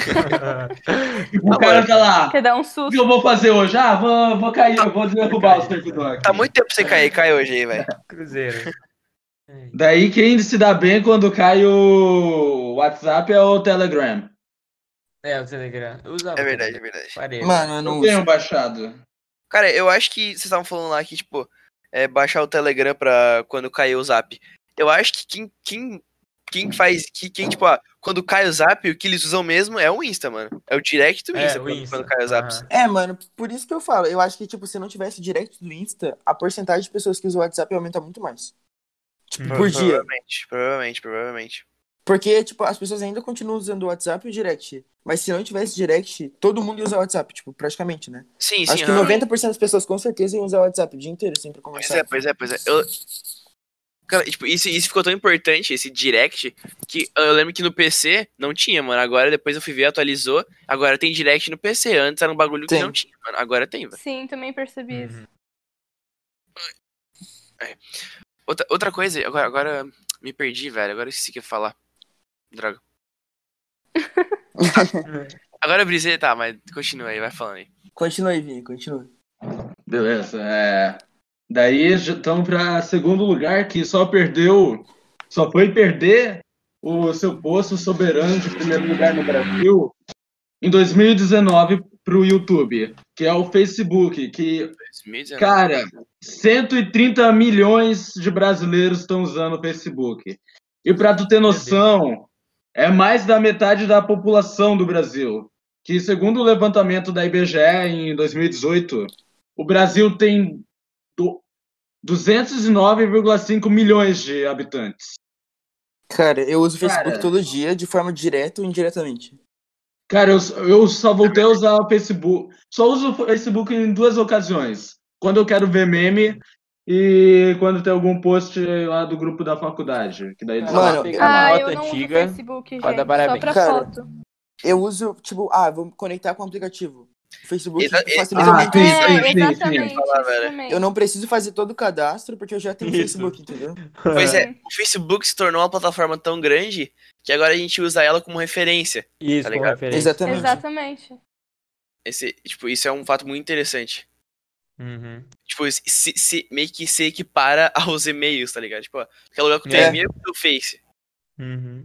Tipo, o Não, cara é. tá lá. Quer dar um O que susto. eu vou fazer hoje? Ah, vou, vou cair, eu vou derrubar o servidor aqui. Tá muito tempo sem cair, cai hoje aí, velho. Cruzeiro. Daí quem se dá bem quando cai o WhatsApp é o Telegram. É, o Telegram. Eu usava É o verdade, é Telegram. verdade. Parei. Mano, eu não Eu uso. tenho baixado. Cara, eu acho que vocês estavam falando lá que, tipo, é, baixar o Telegram pra quando cair o Zap. Eu acho que quem, quem, quem faz, que, quem, tipo, ah, quando cai o Zap, o que eles usam mesmo é o Insta, mano. É o direct do É, Insta, o quando, Insta. quando cai o Zap. Aham. É, mano, por isso que eu falo. Eu acho que, tipo, se não tivesse direct do Insta, a porcentagem de pessoas que usam o WhatsApp ia aumentar muito mais. Tipo, Hum. por dia. Provavelmente, provavelmente, provavelmente. Porque, tipo, as pessoas ainda continuam usando o WhatsApp e o direct. Mas se não tivesse direct, todo mundo ia usar o WhatsApp, tipo, praticamente, né? Sim, sim. Acho que aham. noventa por cento das pessoas com certeza iam usar o WhatsApp o dia inteiro, assim, pra Pois conversar. é, pois é, pois é. Eu... Cara, tipo, isso, isso ficou tão importante, esse direct, que eu lembro que no P C não tinha, mano. Agora, depois eu fui ver, atualizou. Agora tem direct no P C. Antes era um bagulho que Tem. não tinha, mano. Agora tem, velho. Sim, também percebi isso. Uhum. Outra, outra coisa, agora, agora me perdi, velho. Agora eu esqueci o que eu ia falar. Droga. Agora eu brisei, tá, mas continua aí, vai falando aí. Continua aí, Vini, continua. Beleza. É... Daí estamos para segundo lugar, que só perdeu. Só foi perder o seu posto soberano de primeiro lugar no Brasil em dois mil e dezenove para o YouTube, que é o Facebook, que, dois mil e dezenove. cara, cento e trinta milhões de brasileiros estão usando o Facebook. E para tu ter noção, é mais da metade da população do Brasil, que segundo o levantamento da I B G E em dois mil e dezoito, o Brasil tem duzentos e nove vírgula cinco milhões de habitantes. Cara, eu uso o Facebook Cara. todo dia, de forma direta ou indiretamente. Cara, eu, eu só voltei a usar o Facebook. Só uso o Facebook em duas ocasiões. Quando eu quero ver meme e quando tem algum post lá do grupo da faculdade. Que daí eles Mano, falam, pegar Ah, uma eu foto não uso antiga, Facebook, gente. pra dar Só parabéns. pra Cara, foto. Eu uso, tipo, ah, vou me conectar com o aplicativo. O Facebook Exa- facilita Ah, muito sim, isso. sim, É, sim, exatamente, Falar, isso velho. também. Eu não preciso fazer todo o cadastro, porque eu já tenho o Isso. Facebook, entendeu? Pois é, Sim. o Facebook se tornou uma plataforma tão grande que agora a gente usa ela como referência. Isso, Tá com ligado? referência. Exatamente. Exatamente. Esse, tipo, isso é um fato muito interessante. Uhum. Tipo, se, se- meio que se equipara aos e-mails, tá ligado? Tipo, ó, aquele lugar que tem É. e-mail do Face. Uhum.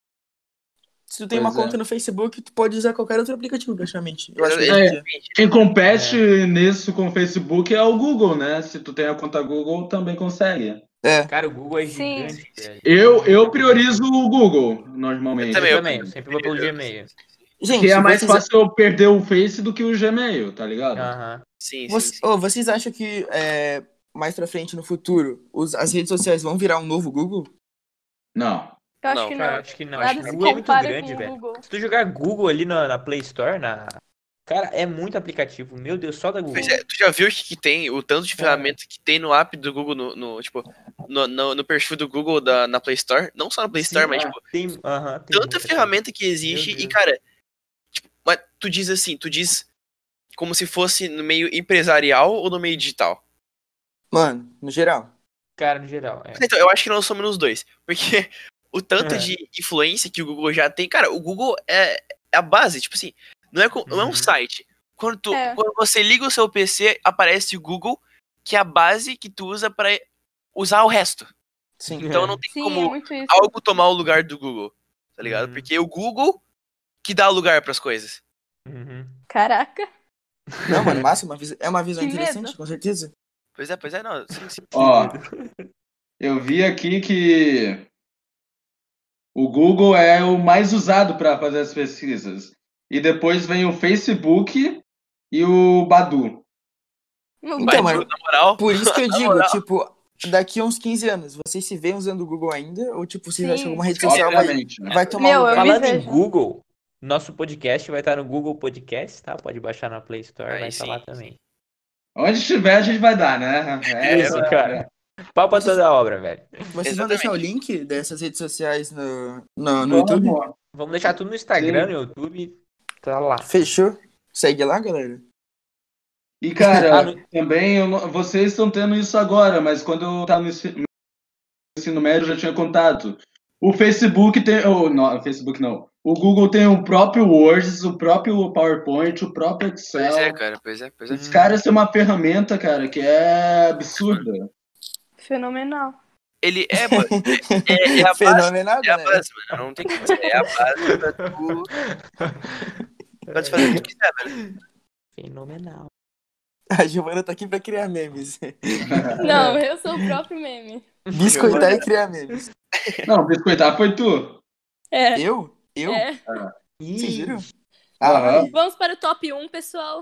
Se tu tem Pois uma é. conta no Facebook, tu pode usar qualquer outro aplicativo, praticamente. Eu acho que É. hoje em dia. Quem compete nisso com o Facebook é o Google, né? Se tu tem a conta Google, também consegue. É. Cara, o Google é Sim. gigante, velho. Eu, eu priorizo o Google, normalmente. Eu também, Eu também, eu sempre vou pelo Gmail. Gente, Porque é mais vocês, fácil eu perder o Face do que o Gmail, tá ligado? Aham. Sim, sim, vocês, sim. oh, vocês acham que é, mais pra frente, no futuro, os- as redes sociais vão virar um novo Google? Não. Eu acho Não, que Cara, não. acho que não. Nada Acho que se o Google é muito compara grande, com o velho. Google. Se tu jogar Google ali na, na Play Store, na... Cara, é muito aplicativo. Meu Deus, só da Google. Pois é, tu já viu o que, que tem, o tanto de Cara. ferramenta que tem no app do Google, no, no, tipo, no, no, no perfil do Google da, na Play Store? Não só na Play Store, Sim, mas, ah, tipo, tem, aham, tem tanta muita ferramenta que existe Meu e, Deus. cara, tipo, mas tu diz assim, tu diz como se fosse no meio empresarial ou no meio digital? Mano, no geral. coisa. Cara, no geral, é. Então, eu acho que nós somos nos dois, porque o tanto É. de influência que o Google já tem, cara, o Google é, é a base, tipo assim, não é, co- não é um Uhum. site. Quando, tu, É. quando você liga o seu P C, aparece o Google, que é a base que tu usa pra usar o resto. Sim. Então É. não tem Sim, é como muito isso. algo tomar o lugar do Google, tá ligado? Uhum. Porque é o Google que dá lugar pras coisas. Uhum. Caraca. Não, mano, massa, uma vis- é uma visão Que interessante, medo. com certeza. Pois é, pois é, não, sim, sim. Ó, eu vi aqui que o Google é o mais usado para fazer as pesquisas. E depois vem o Facebook e o Badu. Não Então, vai. mano, Na moral, por isso que eu Na digo, moral. tipo, daqui a uns quinze anos, vocês se veem usando o Google ainda? Ou, tipo, vocês Sim. acham que alguma rede social vai, Obviamente, né? vai tomar Meu, o eu lugar? me Falando em vejo. Google, nosso podcast vai estar no Google Podcast, tá? Pode baixar na Play Store, Aí vai estar sim. lá também. Onde estiver, a gente vai dar, né? É, Isso, é, cara. Pau pra toda a obra, velho. Vocês vão Exatamente. deixar o link dessas redes sociais no, no, no Vamos, YouTube? amor. Vamos deixar tudo no Instagram, Sim. no YouTube. Tá lá. Fechou? Segue lá, galera. E, cara, Ah, no- também eu não- vocês estão tendo isso agora, mas quando eu estava no ensi- no ensino médio, eu já tinha contato. O Facebook tem. Oh, não, o Facebook não. O Google tem o próprio Word, o próprio PowerPoint, o próprio Excel. Pois é, cara, pois é, pois é. Os caras têm uma ferramenta, cara, que é absurda. Fenomenal. Ele é, mano, é, é a base, Fenomenal, é a galera. base, mano, não tem como dizer, é a base pra tu, pra tu fazer o que tu quiser, velho. Fenomenal. A Giovana tá aqui pra criar memes. Não, eu sou o próprio meme. Biscoitar e criar memes. Não, biscoitar foi tu. É. Eu? Eu? É. Vocês viram? Aham. Ai. Vamos para o top um, pessoal.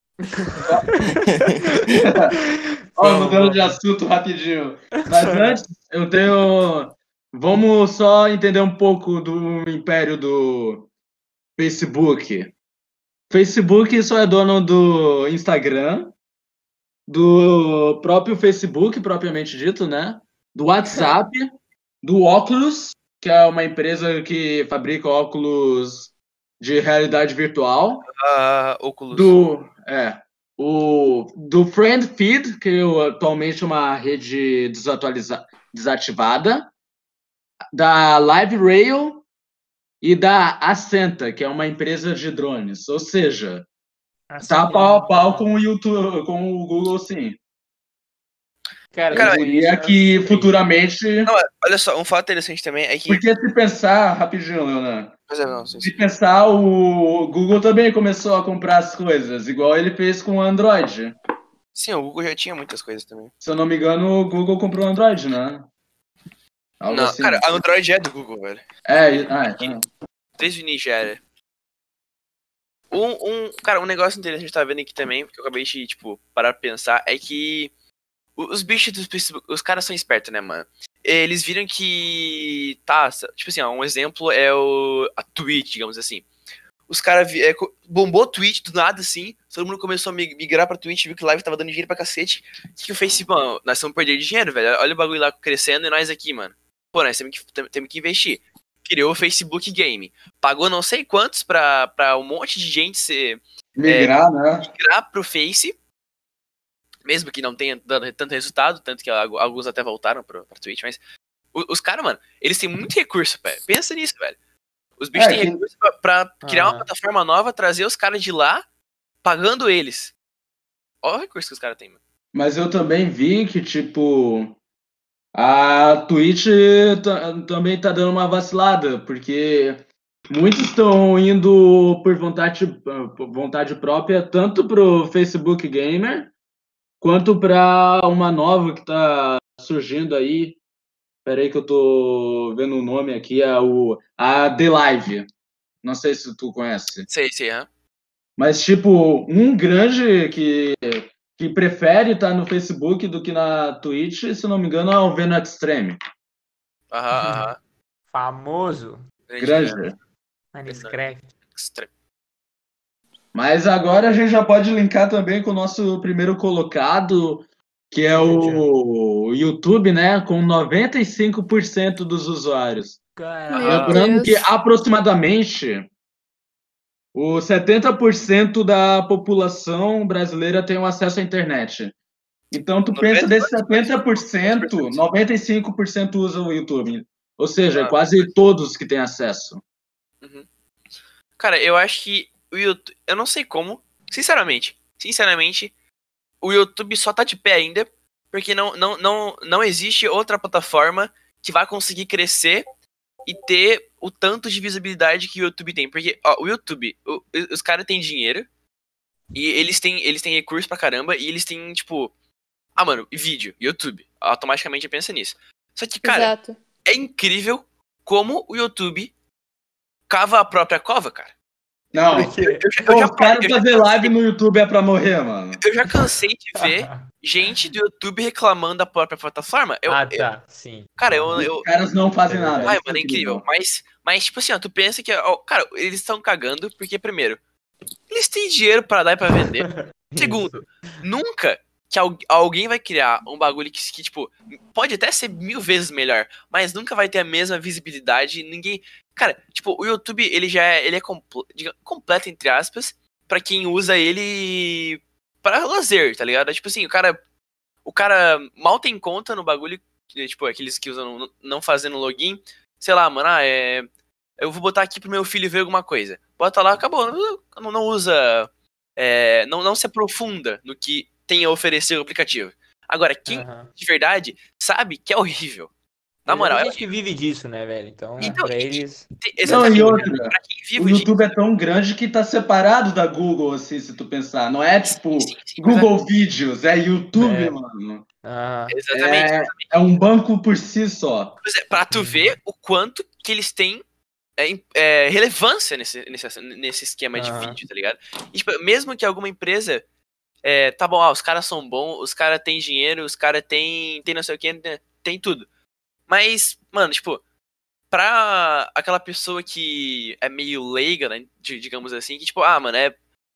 Ó, Vamos, mudando vamos. de assunto rapidinho. Mas antes, eu tenho. Vamos só entender um pouco do império do Facebook. Facebook só é dono do Instagram, do próprio Facebook, propriamente dito, né? Do WhatsApp, do Oculus, que é uma empresa que fabrica óculos de realidade virtual. Ah, Oculus. Do, é, o, do Friend Feed, que é atualmente uma rede desatualiza, desativada, da Live Rail e da Ascenta, que é uma empresa de drones. Ou seja, Assim tá que pau a ele- pau com o YouTube, com o Google, sim. Cara, Eu Cara, por diria isso que nós- futuramente. Não, mas olha só, um fato interessante também é que. Porque se pensar, rapidinho, Leonardo. Pois é, não, sim, Se sim. pensar, o Google também começou a comprar as coisas, igual ele fez com o Android. Sim, o Google já tinha muitas coisas também. Se eu não me engano, o Google comprou o Android, né? Algo Não, assim. cara, a Android é do Google, velho. É, ah, então. Desde o início já era. Um, um, cara, um negócio interessante que a gente tá vendo aqui também, porque eu acabei de, tipo, parar pra pensar, é que o- os bichos do Facebook, os caras são espertos, né, mano? Eles viram que, tá, tipo assim, ó, um exemplo é o, a Twitch, digamos assim. Os caras, é, co- bombou a Twitch do nada, assim, todo mundo começou a mig- migrar pra Twitch, viu que live tava dando dinheiro pra cacete. O que, que o Facebook, mano, nós estamos perdendo dinheiro, velho, olha o bagulho lá crescendo e nós aqui, mano. Pô, nós temos que, tem- temos que investir. Criou o Facebook Game. Pagou não sei quantos pra, pra um monte de gente se Migrar, né? migrar pro Face, mesmo que não tenha dado tanto resultado, tanto que algu- alguns até voltaram pro, pra Twitch, mas o- os caras, mano, eles têm muito recurso, velho. Pensa nisso, velho. Os bichos É, têm que- recurso pra, pra criar uma Aham. plataforma nova, trazer os caras de lá, pagando eles. Olha o recurso que os caras têm, mano. Mas eu também vi que, tipo, a Twitch ta- também tá dando uma vacilada, porque muitos estão indo por vontade, por vontade própria, tanto pro Facebook Gamer, quanto para uma nova que tá surgindo aí. Peraí que eu tô vendo o nome aqui, é o, a The Live. Não sei se tu conhece. Sei, sei, aham. Mas, tipo, um grande que, que prefere estar no Facebook do que na Twitch, se não me engano, é o Venom Extreme. Aham, aham. Famoso Grande Grande. Minecraft. Extreme. Mas agora a gente já pode linkar também com o nosso primeiro colocado, que é o YouTube, né? Com noventa e cinco por cento dos usuários. Caralho. Meu Lembrando que Deus. aproximadamente o setenta por cento da população brasileira tem um acesso à internet. Então, tu pensa desses setenta por cento, noventa e cinco por cento usam o YouTube. Ou seja, Ah. quase todos que têm acesso. Uhum. Cara, eu acho que o YouTube. Eu não sei como. Sinceramente. Sinceramente, o YouTube só tá de pé ainda. Porque não, não, não, não existe outra plataforma que vai conseguir crescer e ter o tanto de visibilidade que o YouTube tem. Porque, ó, o YouTube, o- os caras têm dinheiro. E eles têm, eles têm recurso pra caramba. E eles têm, tipo. Ah, mano, vídeo, YouTube. Automaticamente pensa nisso. Só que, cara, Exato. é incrível como o YouTube cava a própria cova, cara. Não, Por quê? Eu já, eu pô, já os caras parei- eu já fazer cansei- live no YouTube é pra morrer, mano. Eu já cansei de ver gente do YouTube reclamando da própria plataforma. Eu, ah, eu- tá. Sim. cara, eu, Aham. eu. Os caras não fazem É nada. verdade. Ai, isso mano, é incrível. incrível. Mas, mas, tipo assim, ó, tu pensa que. Ó, cara, eles estão cagando porque, primeiro, eles têm dinheiro pra dar e pra vender. Segundo, nunca que al- alguém vai criar um bagulho que, que, tipo, pode até ser mil vezes melhor, mas nunca vai ter a mesma visibilidade. Ninguém. Cara, tipo, o YouTube, ele já é, ele é compl- diga- completo, entre aspas, pra quem usa ele pra lazer, tá ligado? Tipo assim, o cara. O cara mal tem conta no bagulho, que, tipo, aqueles que usam não- não fazendo login. Sei lá, mano, ah, é. Eu vou botar aqui pro meu filho ver alguma coisa. Bota lá, acabou. Não, não usa. é, não, não se aprofunda no que tem a oferecer o aplicativo. Agora, quem Aham. de verdade sabe que é horrível. Na Mas moral, tem é gente que vive disso, né, velho? Então, Então, pra e- eles. Te- Não, Exatamente. e outra, Pra quem o vive disso. YouTube é tão grande que tá separado da Google, assim, se tu pensar. Não é tipo Sim, sim, mas é- Google Vídeos, é YouTube, É. mano. Aham. Exatamente. É, é um banco por si só. Pois é, pra tu ver o quanto que eles têm é, im- é, relevância nesse, nesse, nesse esquema de Aham. vídeo, tá ligado? E, tipo, mesmo que alguma empresa. É, tá bom, ah, os caras são bons, os caras têm dinheiro, os caras têm, tem não sei o que, tem, tem tudo. Mas, mano, tipo, pra aquela pessoa que é meio leiga, né, di- digamos assim, que tipo, ah, mano, é,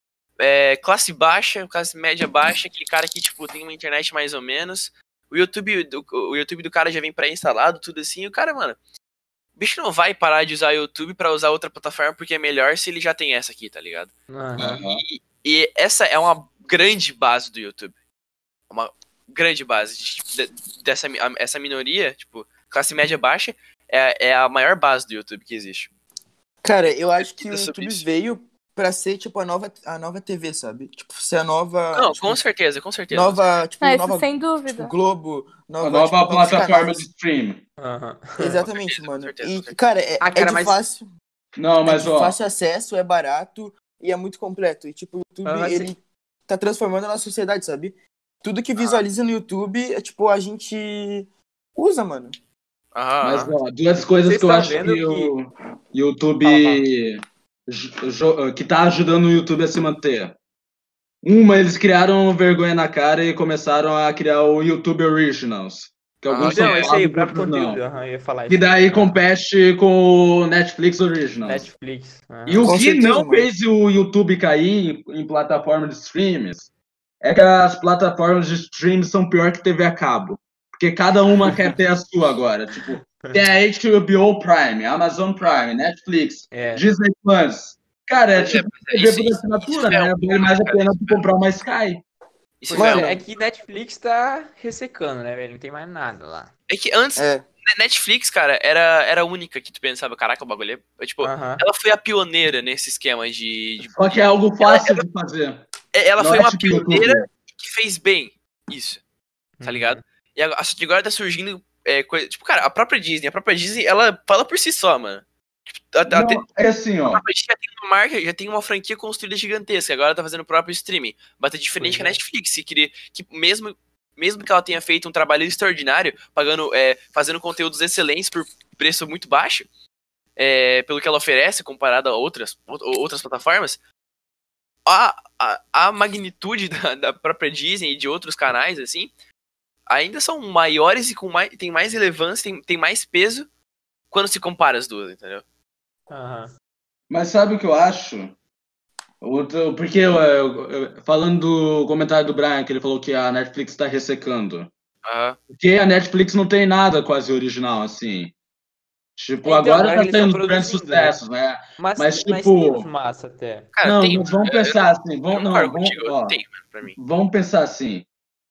é classe baixa, classe média baixa, aquele cara que, tipo, tem uma internet mais ou menos, o YouTube, do, o YouTube do cara já vem pré-instalado, tudo assim, e o cara, mano, o bicho não vai parar de usar o YouTube pra usar outra plataforma porque é melhor se ele já tem essa aqui, tá ligado? Aham. E, e essa é uma grande base do YouTube. Uma grande base. de- de- dessa mi- a- essa minoria, tipo, classe média baixa, é, é a maior base do YouTube que existe. Cara, eu acho que o Sobre YouTube isso. veio pra ser, tipo, a nova, a nova T V, sabe? Tipo, ser a nova... Não, tipo, com certeza, com certeza. nova, tipo, Ah, isso nova sem tipo, dúvida. Globo, nova, A nova tipo, novos plataforma canais. de stream. Aham. Exatamente, Com certeza, com mano. certeza, E, com certeza. cara, é, Ah, é cara, de mas- fácil, Não, é mas de ó, fácil acesso, é barato e é muito completo. E, tipo, o YouTube, Aham, ele tá transformando a nossa sociedade, sabe? Tudo Ah. que visualiza no YouTube, é, tipo, a gente usa, mano. Aham, mas aham. ó, duas coisas Vocês que eu estão acho vendo que que- o YouTube Fala, fala. jo- jo- que tá ajudando o YouTube a se manter. Uma, eles criaram vergonha na cara e começaram a criar o YouTube Originals, que Aham, alguns que são Não, é- esse aí, o pagos, próprio outros conteúdo. não. Aham, eu ia falar E isso. daí Ah, compete com o Netflix Originals. Netflix. aham. E o Com que certeza, não mano. fez o YouTube cair em, em plataforma de streams é que as plataformas de streams são pior que T V a cabo. Porque cada uma quer ter a sua agora. Tipo, tem a H B O Prime, Amazon Prime, Netflix, É. Disney Plus. Cara, é Pois é, tipo pois é, T V isso- por isso- assinatura, isso é né? um Vale mais a cara, pena isso tu é- comprar uma Sky. Isso Pois foi é, um- é que Netflix tá ressecando, né, velho? Não tem mais nada lá. É que antes, É. Ne- Netflix, cara, era, era a única que tu pensava, caraca, o bagulho é. Tipo, Aham. ela foi a pioneira nesse esquema de. de- Só que é algo fácil de fazer. É, ela Não foi é uma tipo pioneira YouTube. que fez bem isso, tá Uhum. ligado? E agora, só que agora tá surgindo é, coisa. Tipo, cara, a própria Disney, a própria Disney, ela fala por si só, mano. Tipo, a, a, Não, é assim, a ó. própria Disney já tem uma marca, já tem uma franquia construída gigantesca, agora ela tá fazendo o próprio streaming. Bater diferente Pois que a é. Netflix, que, queria, que mesmo, mesmo que ela tenha feito um trabalho extraordinário, pagando, é, fazendo conteúdos excelentes por preço muito baixo, é, pelo que ela oferece comparado a outras, ou- outras plataformas, a, a, a magnitude da, da própria Disney e de outros canais, assim, ainda são maiores e com mais, tem mais relevância, tem, tem mais peso quando se compara as duas, entendeu? Aham. Mas sabe o que eu acho? Outro, porque eu, eu- eu- falando do comentário do Brian, que ele falou que a Netflix está ressecando. Aham. Porque a Netflix não tem nada quase original, assim. Tipo, Então, agora agora tá eles tão tendo os grandes produzindo, né? sucessos, né? Mas, Mas, mas tipo- tem uns massa até. Cara, não, tem, mas vamos eu- pensar assim. eu Vamos, não, concordo vamos, contigo, ó, tem, mano, pra mim. vamos pensar assim.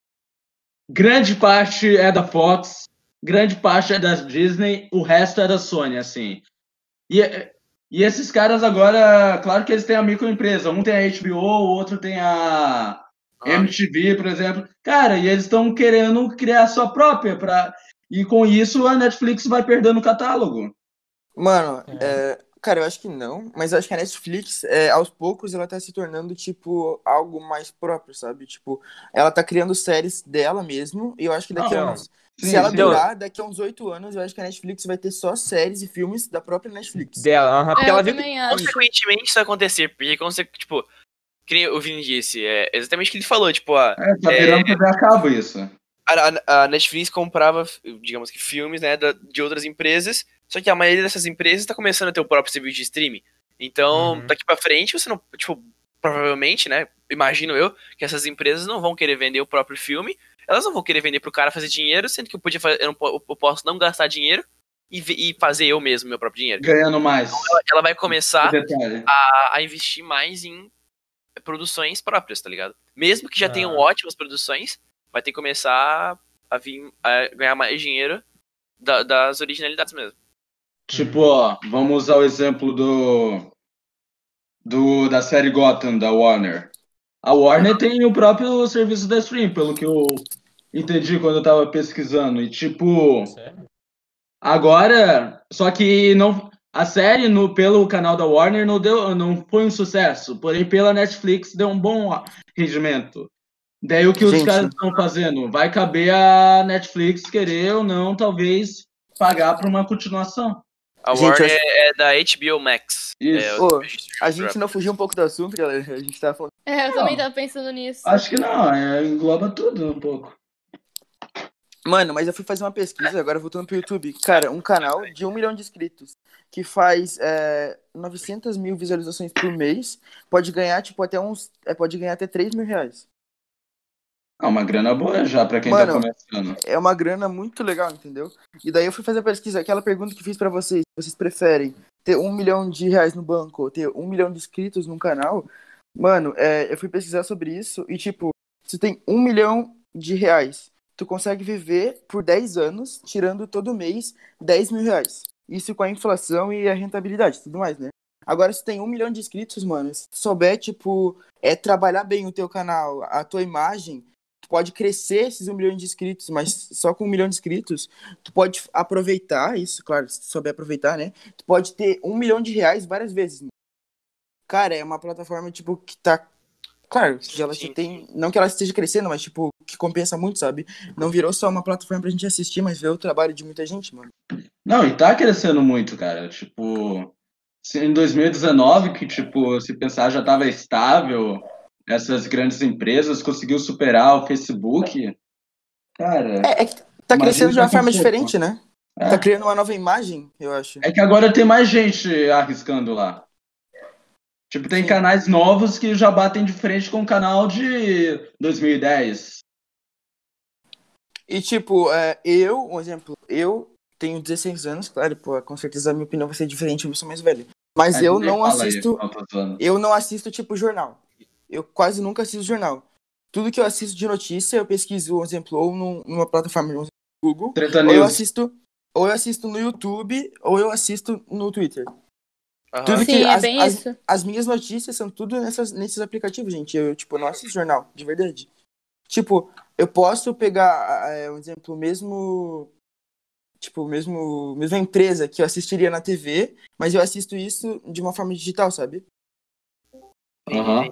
Grande parte é da Fox, grande parte é da Disney, o resto é da Sony, assim. E, e esses caras agora, claro que eles têm a microempresa. Um tem a H B O, o outro tem a Ah. M T V, por exemplo. Cara, e eles estão querendo criar a sua própria. Pra... E com isso a Netflix vai perdendo o catálogo. Mano, É. é, cara, eu acho que não, mas eu acho que a Netflix, é, aos poucos, ela tá se tornando, tipo, algo mais próprio, sabe? Tipo, ela tá criando séries dela mesmo, e eu acho que daqui a Não, uns... sim, se ela sim. durar, daqui a uns oito anos, eu acho que a Netflix vai ter só séries e filmes da própria Netflix. Dela, aham, porque É, ela eu viu que. também acho. Consequentemente, isso vai acontecer, porque, conse- tipo, que nem o Vini disse, é exatamente o que ele falou, tipo, a, É, tá virando T V a cabo isso. a, a Netflix comprava, digamos que, filmes, né, da- de outras empresas, só que a maioria dessas empresas tá começando a ter o próprio serviço de streaming. Então, Uhum. daqui pra frente, você não, tipo, provavelmente, né, imagino eu, que essas empresas não vão querer vender o próprio filme, elas não vão querer vender pro cara fazer dinheiro, sendo que eu, podia fa- eu, não po- eu posso não gastar dinheiro e, ve- e fazer eu mesmo meu próprio dinheiro. Ganhando mais. Ela vai começar Detalhe. a, a investir mais em produções próprias, tá ligado? Mesmo que já Ah. tenham ótimas produções, vai ter que começar a, vir, a ganhar mais dinheiro da- das originalidades mesmo. Tipo, ó, vamos usar o exemplo do, do da série Gotham, da Warner. A Warner tem o próprio serviço da stream, pelo que eu entendi quando eu tava pesquisando. E, tipo, Sério? agora, só que não, a série no, pelo canal da Warner não, deu, não foi um sucesso, porém pela Netflix deu um bom rendimento. Daí o que os Gente. caras estão fazendo? Vai caber a Netflix querer ou não, talvez, pagar para uma continuação. A Gente, Warner eu acho- é da H B O Max. Isso. É, Pô, o- a gente não fugiu um pouco do assunto, galera. A gente tava falando. É, eu Não. também tava pensando nisso. Acho que não, é, engloba tudo um pouco. Mano, mas eu fui fazer uma pesquisa, agora voltando pro YouTube. Cara, um canal de um milhão de inscritos que faz é, novecentas mil visualizações por mês pode ganhar, tipo, até uns. É, pode ganhar até três mil reais. É uma grana boa já para quem Mano, tá começando. É uma grana muito legal, entendeu? E daí eu fui fazer a pesquisa, aquela pergunta que fiz pra vocês. Vocês preferem ter um milhão de reais no banco ou ter um milhão de inscritos num canal? Mano, é, eu fui pesquisar sobre isso e, tipo, se tem um milhão de reais, tu consegue viver por dez anos, tirando todo mês dez mil reais. Isso com a inflação e a rentabilidade, tudo mais, né? Agora, se tem um milhão de inscritos, mano, se tu souber, tipo, é trabalhar bem o teu canal, a tua imagem, tu pode crescer esses um milhão de inscritos, mas só com um milhão de inscritos, tu pode aproveitar isso, claro, se tu souber aproveitar, né? Tu pode ter um milhão de reais várias vezes. Né? Cara, é uma plataforma, tipo, que tá... Claro, que ela Sim, tem... Não que ela esteja crescendo, mas, tipo, que compensa muito, sabe? Não virou só uma plataforma pra gente assistir, mas ver o trabalho de muita gente, mano. Não, e tá crescendo muito, cara. Tipo, se em dois mil e dezenove, que, tipo, se pensar já tava estável, essas grandes empresas conseguiu superar o Facebook, cara. É, é que tá imagina crescendo de uma daqui a forma pouco. diferente, né? É. Tá criando uma nova imagem, eu acho. É que agora tem mais gente arriscando lá. Tipo, tem Sim. canais novos que já batem de frente com o canal de dois mil e dez. E, tipo, é, eu, um exemplo, eu tenho dezesseis anos, claro, pô, com certeza a minha opinião vai ser diferente, eu sou mais velho. Mas É, eu ninguém não fala assisto, isso, não, tô zoando. eu não assisto, tipo, jornal. Eu quase nunca assisto jornal. Tudo que eu assisto de notícia, eu pesquiso, um exemplo, ou num- numa plataforma no Google, Treta ou eu News. assisto, ou eu assisto no YouTube, ou eu assisto no Twitter. Aham. Tudo Sim, que é as, bem as, isso. as minhas notícias são tudo nessas, nesses aplicativos, gente. Eu, tipo, não assisto jornal, de verdade. Tipo, eu posso pegar, é, um exemplo, o mesmo... Tipo, mesmo, mesma empresa que eu assistiria na T V, mas eu assisto isso de uma forma digital, sabe? Aham.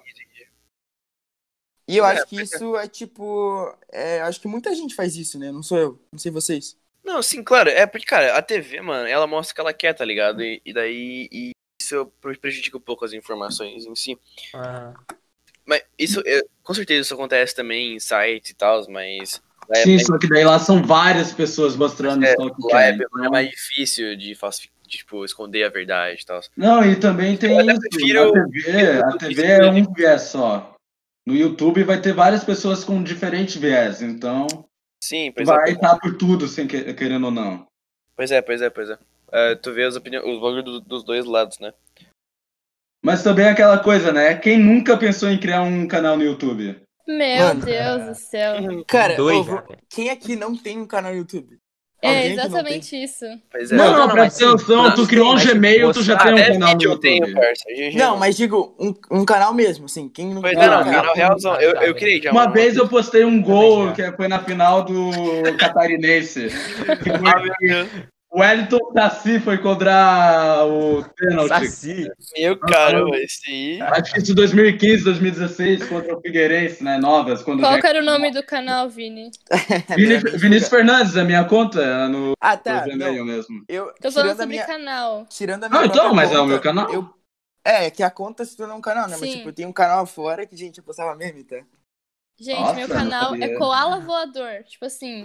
E eu É, acho que isso é, tipo... É, acho que muita gente faz isso, né? Não sou eu, não sei vocês. Não, sim, claro, é porque, cara, a T V, mano, ela mostra o que ela quer, tá ligado? E, e daí e isso pre- prejudica um pouco as informações em si. Aham. Mas isso, é, com certeza isso acontece também em sites e tal, mas lá é, Sim, mais- só que daí lá são várias pessoas mostrando é, só o que lá é, quer. é Então... mais difícil de, falsificar, de, tipo, esconder a verdade e tal. Não, e também tem Eu até isso. prefiro- A T V, a T V é um viés só. No YouTube vai ter várias pessoas com diferentes viés, então Sim, pois é, vai pois é, estar por tudo, sem que- querendo ou não. pois é, pois é, pois é. É, tu vê as opiniões, os bagulhos do- dos dois lados, né? Mas também é aquela coisa, né? Quem nunca pensou em criar um canal no YouTube? Meu Mano. Deus do céu. Cara, Dois ô, vou- já, velho. quem aqui não tem um canal no YouTube? É Alguém aqui não exatamente isso. Pois é. Não, Não, não, não, presta mas sim, atenção. Tu mas criou um tem, mas, Gmail, tu já mostrar- tem um Até canal no vídeo eu tenho, YouTube. parça. G G, Não, mano. mas digo, um, um canal mesmo, assim. Quem não Pois tem é, um não, Não, canal? canal realzão. Eu, eu criei já Uma um- vez eu postei um gol já. que foi na final do Catarinense. Que foi Ah, meu Deus. o Wellington Tassi foi cobrar o pênalti. Saci. Meu caramba, esse aí. Acho que isso em dois mil e quinze, dois mil e dezesseis, contra o Figueirense, né? Novas. Quando Qual já... que era o nome do canal, Vini? Vini- É, bem Vinícius divulgado. Fernandes, a minha conta, é no, Ah, tá. no Gmail Não, mesmo. eu, Tô falando tirando a sobre minha, canal. tirando a minha Ah, então, própria mas é o conta, meu canal. eu- É, que a conta se tornou um canal, né? Mas, Sim. tipo, eu tenho um canal fora que, gente, eu postava meme, tá? Gente, Nossa, meu não canal sabia. é Koala Voador. Tipo assim,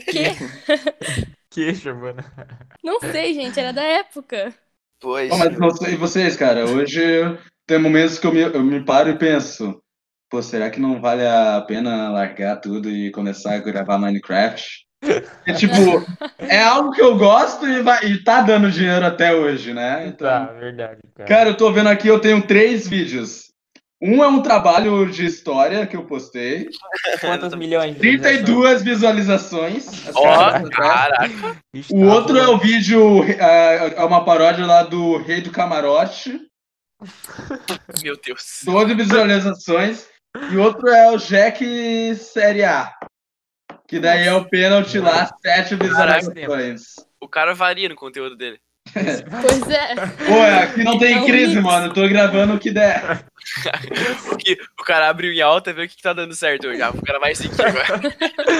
que? Queixa, mano. Não sei, gente, era da época. Pois. Bom, mas não sei vocês, cara. Hoje tem momentos que eu me, eu me paro e penso, pô, será que não vale a pena largar tudo e começar a gravar Minecraft? É tipo, é algo que eu gosto e, vai, e tá dando dinheiro até hoje, né? Então, Tá, verdade, cara. cara, eu tô vendo aqui, eu tenho três vídeos. Um é um trabalho de história que eu postei. Quantos milhões de trinta e visualizações? duas visualizações. as Ó, caras atrás. caraca. Ixi, O tá outro é voando. o vídeo, é é uma paródia lá do Rei do Camarote. Meu Deus. doze visualizações. E outro é o Jack Série A. Que daí é o pênalti lá, sete visualizações. O cara varia no conteúdo dele. Pois é. Pô, aqui não tem É um crise, mix. mano. Eu tô gravando o que der. Porque o cara abre em alta e vê o que, que tá dando certo hoje. Ah, o cara vai seguir agora.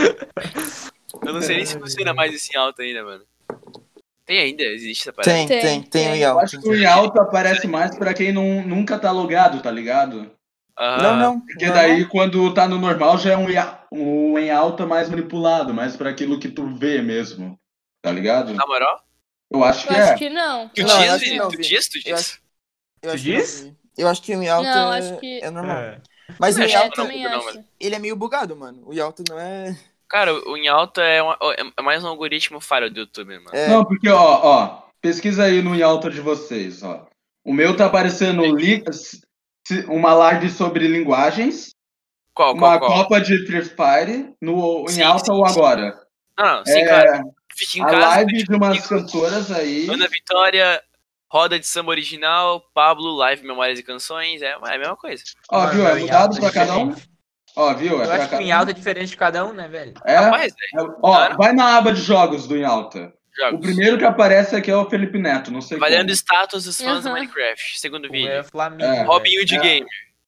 Eu não sei nem se funciona mais esse em alta ainda, mano. Tem ainda? Existe essa parada? Tem, Tem, tem, tem, tem. o Eu Yalta. acho que o em alta aparece mais pra quem não, nunca tá logado, tá ligado? Aham. Não, não. Porque não, daí, quando tá no normal, já é um, ia- um em alta mais manipulado, mais pra aquilo que tu vê mesmo. Tá ligado? Na moral? Eu acho Eu que é. acho que não. Tu Não, eu diz, acho que Vini? não, Tu Vini. diz? Tu Eu diz? acho- Eu Tu acho que diz? não, eu acho que o Yalta Não, acho que- é normal. É. Mas o É, É, Yalta Yalta, não também muda, não, acho. ele é meio bugado, mano. O Yalta não é... Cara, o em alta é, uma- é mais um algoritmo falho do YouTube, mano. é Não, porque, ó, ó, pesquisa aí no em alta de vocês, ó. O meu tá aparecendo li- se- uma live sobre linguagens, Qual, uma qual, qual? Copa de Free Fire, no, em Sim, alta sim, ou sim. agora. Não, não, sim, É, claro. Fique em a casa, live deixa de umas comigo. cantoras aí. Ana Vitória, Roda de samba original, Pablo, live, memórias e canções, é, é a mesma coisa. Ó, viu? É Em mudado alta pra cada um. diferente. Ó, viu? É Eu pra acho que cada em um. alta é diferente de cada um, né, velho? É? Rapaz, É, Ó, Cara. vai na aba de jogos do Em Alta. Jogos. O primeiro que aparece aqui é o Felipe Neto, não sei Valendo como. status dos fãs do Aham. Minecraft. Segundo O vídeo. é Flamengo. É. velho. Robinho de É. Gamer.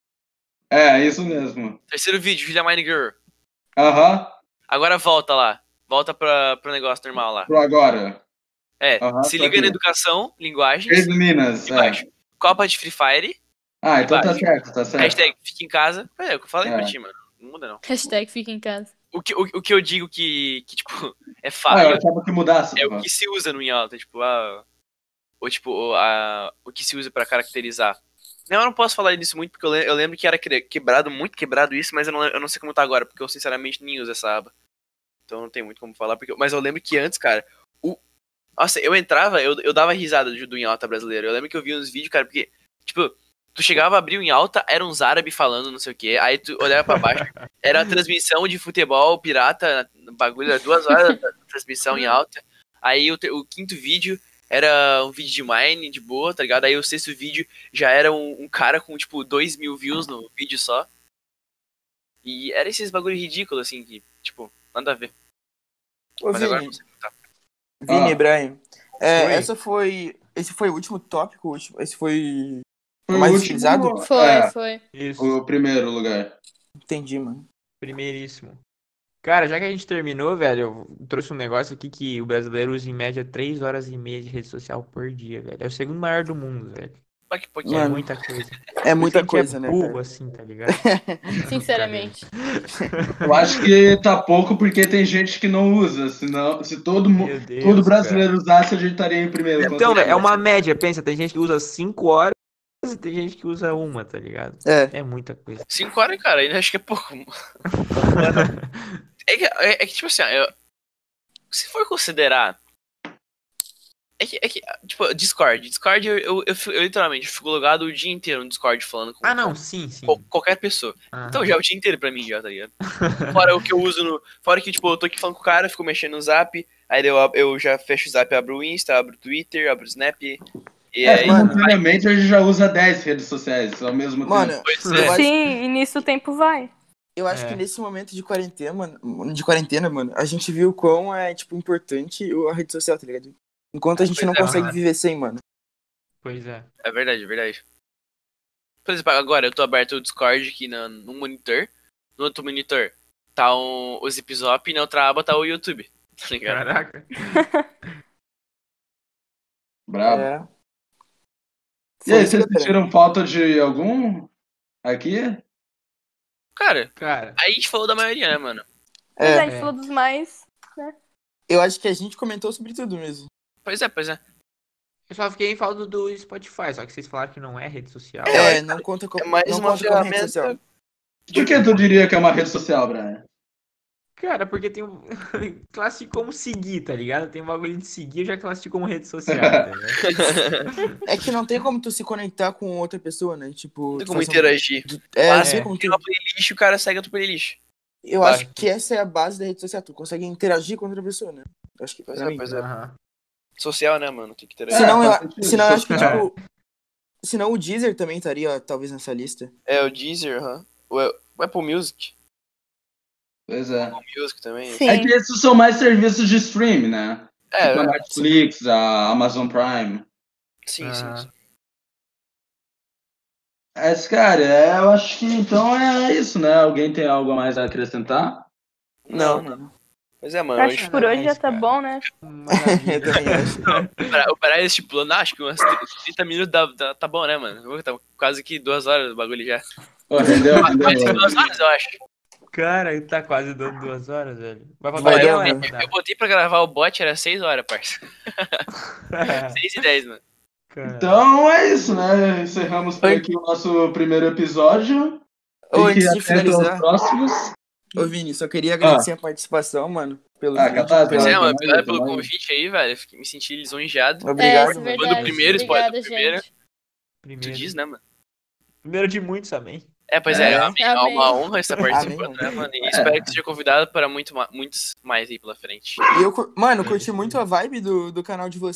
É, isso mesmo. Terceiro vídeo, Julia Mine Girl. Aham, Agora volta lá. Volta pra, pro negócio normal lá. pro agora. É, Aham, se tô liga aqui. na educação, linguagens. Três Minas, é. Embaixo. Copa de Free Fire. Ah, então tá Embaixo. certo, tá certo. Hashtag fica em casa. É, é o que eu falei É. pra ti, mano. Não muda, não. Hashtag fica em casa. O que, o, o que eu digo que, que tipo, é Ah, eu falho achava que mudasse. é pô. o que se usa no em alta. Tipo, a, ou, tipo o, a, o que se usa pra caracterizar. Não, eu não posso falar disso muito, porque eu, le- eu lembro que era que- quebrado, muito quebrado isso, mas eu não, eu não sei como tá agora, porque eu sinceramente nem uso essa aba. Então não tem muito como falar. Porque, mas eu lembro que antes, cara, o, nossa, eu entrava, eu, eu dava risada do, do em alta brasileiro. Eu lembro que eu via uns vídeos, cara, porque, tipo, tu chegava a abrir o em alta, eram uns árabes falando não sei o que, aí tu olhava pra baixo, era a transmissão de futebol pirata, no bagulho, era duas horas da transmissão em alta. Aí o, te- o quinto vídeo era um vídeo de Mine, de boa, tá ligado? Aí o sexto vídeo já era um, um cara com, tipo, dois mil views no vídeo só. E era esses bagulho ridículo, assim, que, tipo, nada a ver. Ô, Mas agora Vini, não sei como tá. Vini, Ah. Brian. É, Oi. essa foi. Esse foi o último tópico? o último- Esse foi. Foi mais o último, utilizado? Foi, é, foi. Isso. o primeiro lugar. Entendi, mano. Primeiríssimo. Cara, já que a gente terminou, velho, eu trouxe um negócio aqui que o brasileiro usa em média três horas e meia de rede social por dia, velho. É o segundo maior do mundo, velho. Só que É pouquinho. Mano, muita coisa. É muita Por isso que a gente coisa, é né, burro cara? assim, tá ligado? Sinceramente. Eu acho que tá pouco porque tem gente que não usa. Senão, se todo, mu- Meu Deus, todo cara. brasileiro usasse, a gente estaria em primeiro. com Então, velho, é certeza. uma média, pensa, tem gente que usa cinco horas e tem gente que usa uma, tá ligado? É. É muita coisa. Cinco horas, cara, ainda acho que é pouco. É que, é, é que tipo assim, ó, eu- se for considerar. É que, é que, tipo, Discord. Discord, eu, eu, eu, fico- eu literalmente fico logado o dia inteiro no Discord falando com Ah, não, sim, sim. qual- qualquer pessoa. Aham. Então já é o dia inteiro pra mim, já, tá ligado? Fora o que eu uso no. Fora que, tipo, eu tô aqui falando com o cara, fico mexendo no zap, aí eu, eu já fecho o zap, abro o Insta, abro o Twitter, abro o Snap. E É, aí. mano. simultaneamente a gente já usa dez redes sociais ao mesmo Mano, tempo. Pois eu é. acho, Sim, e nisso o tempo vai. eu acho É. que nesse momento de quarentena, mano, de quarentena, mano, a gente viu quão é, tipo, importante a rede social, tá ligado? Enquanto a gente Pois não é, consegue mano. viver sem, mano. Pois é. É verdade, é verdade. Por exemplo, agora eu tô aberto o Discord aqui na, no monitor. No outro monitor tá um, o Zipzop e na outra aba tá o YouTube. Tá ligado? Caraca. Brabo. É. E aí, Foi isso, vocês galera. sentiram falta de algum aqui? Cara, Cara, aí a gente falou da maioria, né, mano? Mas É, a gente É. falou dos mais. eu acho que a gente comentou sobre tudo mesmo. Pois é, pois é. eu só fiquei em falta do Spotify, só que vocês falaram que não é rede social. É, não conta como, é mais não uma conta como rede ferramenta- social. Por que tu diria que é uma rede social, Brian? Cara, porque tem um. Classifico como seguir, tá ligado? Tem um bagulho de seguir, eu já classifico como rede social, entendeu? É que não tem como tu se conectar com outra pessoa, né? Tipo, Não tem tu como faz um- interagir. É, Ah, não tem é. como tu... Tem uma playlist e o cara segue a tua playlist. Eu Basta. acho que essa é a base da rede social. Tu consegue interagir com outra pessoa, né? Eu acho que Pois pra é, mim. pois é. Aham. Social, né, mano? Tem que interagir. Senão, É, eu, faz sentido. senão eu acho que, É. tipo... Senão o Deezer também estaria, talvez, nessa lista. É, o Deezer, aham. O, o Apple Music. Pois é. O Music também. Sim. É que esses são mais serviços de stream, né? É, Tipo a é, Netflix, a Amazon Prime. sim, sim, Ah. sim. Mas, cara, é, eu acho que então é isso, né? Alguém tem algo a mais a acrescentar? Não, Não, mano. Pois é, mano. Acho Hoje, que por hoje já mais, tá cara. bom, né? Maravilha. Eu também acho. o Bra- o Brian estipulou, não, acho que umas trinta minutos dá, dá- tá bom, né, mano? Tá quase que duas horas do bagulho já. Pô, rendeu, Quase que rendeu. duas horas, eu acho. Cara, tá quase dando duas horas, velho. Vai Vai faltar dar, meia mano. hora. Eu botei pra gravar o bot, era seis horas, parça. seis e dez, mano. Cara. Então é isso, né? Encerramos por aqui o nosso primeiro episódio. Ô, Fique antes de atento aos finalizar, próximos. ô Vini, só queria agradecer a participação, mano. Pelo Ah, vídeo. capaz, Pois é, Não, mano, também, obrigado pelo também. convite aí, velho. Eu fiquei- me senti lisonjeado. é, Obrigado, isso é mano. verdade. Do primeiro, spoiler do Obrigada, primeiro. gente. Tu Primeiro. diz, né, mano? Primeiro de muitos também. É, pois é, É. é uma, Amém. uma honra estar participando, Amém, né, mano? E É. espero que seja convidado para muito, ma- muitos mais aí pela frente. E eu, cur- mano, eu É curti isso muito aí. a vibe do, do canal de vocês.